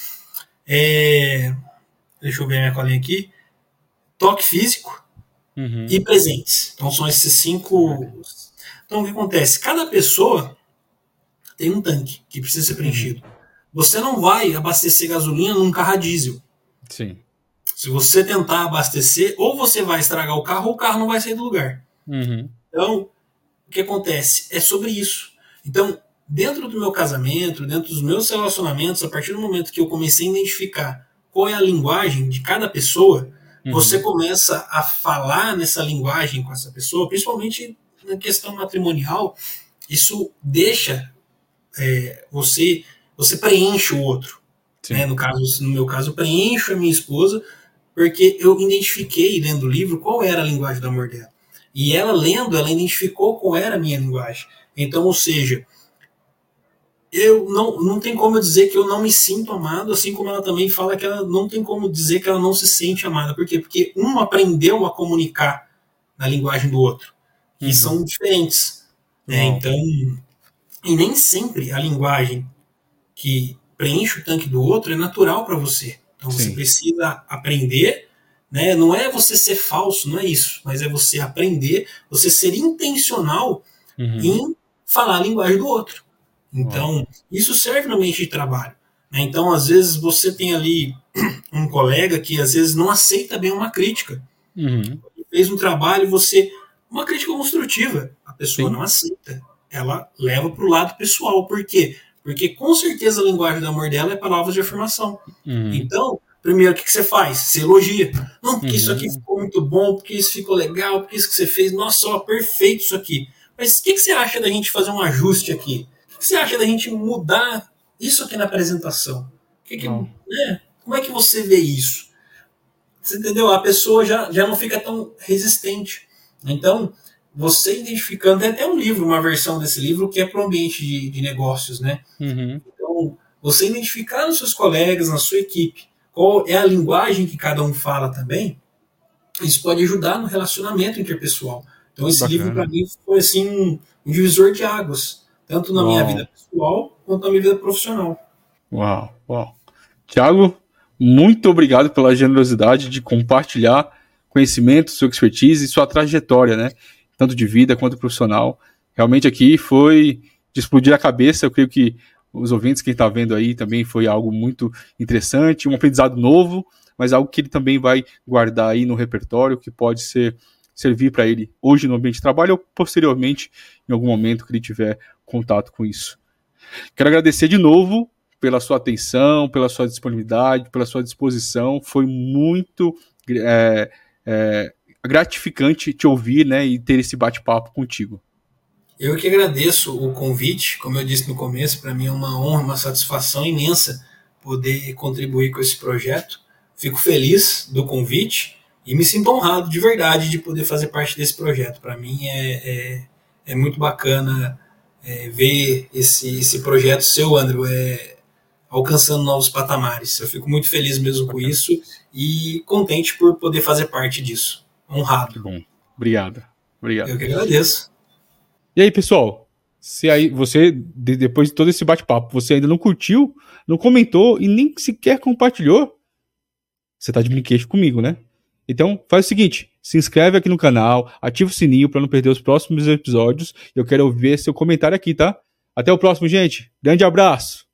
é, deixa eu ver a minha colinha aqui, toque físico uhum. e presentes. Então são esses cinco... Uhum. Então o que acontece? Cada pessoa tem um tanque que precisa ser preenchido. Uhum. Você não vai abastecer gasolina num carro a diesel. Sim. Se você tentar abastecer, ou você vai estragar o carro, ou o carro não vai sair do lugar. Uhum. Então, o que acontece? É sobre isso. Então, dentro do meu casamento, dentro dos meus relacionamentos, a partir do momento que eu comecei a identificar qual é a linguagem de cada pessoa, uhum. você começa a falar nessa linguagem com essa pessoa, principalmente na questão matrimonial, isso deixa é, você, você preenche o outro. Né? No caso, no meu caso, eu preencho a minha esposa, porque eu identifiquei, lendo o livro, qual era a linguagem do amor dela. E ela, lendo, ela identificou qual era a minha linguagem. Então, ou seja, eu não, não tem como eu dizer que eu não me sinto amado, assim como ela também fala que ela não tem como dizer que ela não se sente amada. Por quê? Porque um aprendeu a comunicar na linguagem do outro, que uhum. são diferentes. Né? Então, e nem sempre a linguagem que preenche o tanque do outro é natural para você. Então, Sim. você precisa aprender, né? Não é você ser falso, não é isso, mas é você aprender, você ser intencional uhum. em falar a linguagem do outro. Então, Uau. Isso serve no ambiente de trabalho. Né? Então, às vezes, você tem ali um colega que, às vezes, não aceita bem uma crítica. Uhum. Ele fez um trabalho e você... Uma crítica construtiva. A pessoa Sim. não aceita. Ela leva para o lado pessoal. Por quê? Porque, com certeza, a linguagem do amor dela é palavras de afirmação. Uhum. Então, primeiro, o que, que você faz? Você elogia. Não, porque uhum. isso aqui ficou muito bom, porque isso ficou legal, porque isso que você fez, nossa, ó, perfeito isso aqui. Mas o que, que você acha da gente fazer um ajuste aqui? O que você acha da gente mudar isso aqui na apresentação? Que que, né? Como é que você vê isso? Você entendeu? A pessoa já, já não fica tão resistente. Então, você identificando, tem até um livro, uma versão desse livro que é para o ambiente de, de negócios, né? Uhum. Então, você identificar nos seus colegas, na sua equipe, qual é a linguagem que cada um fala também, isso pode ajudar no relacionamento interpessoal. Então, esse Bacana. livro, para mim, foi assim, um divisor de águas, tanto na Uau. minha vida pessoal, quanto na minha vida profissional. Uau, uau. Thiago, muito obrigado pela generosidade de compartilhar conhecimento, sua expertise e sua trajetória, né? Tanto de vida quanto profissional. Realmente aqui foi de explodir a cabeça. Eu creio que os ouvintes, quem está vendo aí, também foi algo muito interessante, um aprendizado novo, mas algo que ele também vai guardar aí no repertório, que pode ser, servir para ele hoje no ambiente de trabalho ou posteriormente, em algum momento que ele tiver contato com isso. Quero agradecer de novo pela sua atenção, pela sua disponibilidade, pela sua disposição. Foi muito é, é, gratificante te ouvir, né, e ter esse bate-papo contigo. Eu que agradeço o convite, como eu disse no começo, para mim é uma honra, uma satisfação imensa poder contribuir com esse projeto. Fico feliz do convite e me sinto honrado de verdade de poder fazer parte desse projeto. Para mim é, é, é muito bacana é, ver esse, esse projeto seu, Andrew, é, alcançando novos patamares. Eu fico muito feliz mesmo com isso e contente por poder fazer parte disso. Honrado. Que bom. Obrigado. Obrigado. Eu que agradeço. E aí, pessoal? Se aí você, de, depois de todo esse bate-papo, você ainda não curtiu, não comentou e nem sequer compartilhou, você tá de brinquedo comigo, né? Então, faz o seguinte, se inscreve aqui no canal, ativa o sininho para não perder os próximos episódios. Eu quero ouvir seu comentário aqui, tá? Até o próximo, gente. Grande abraço!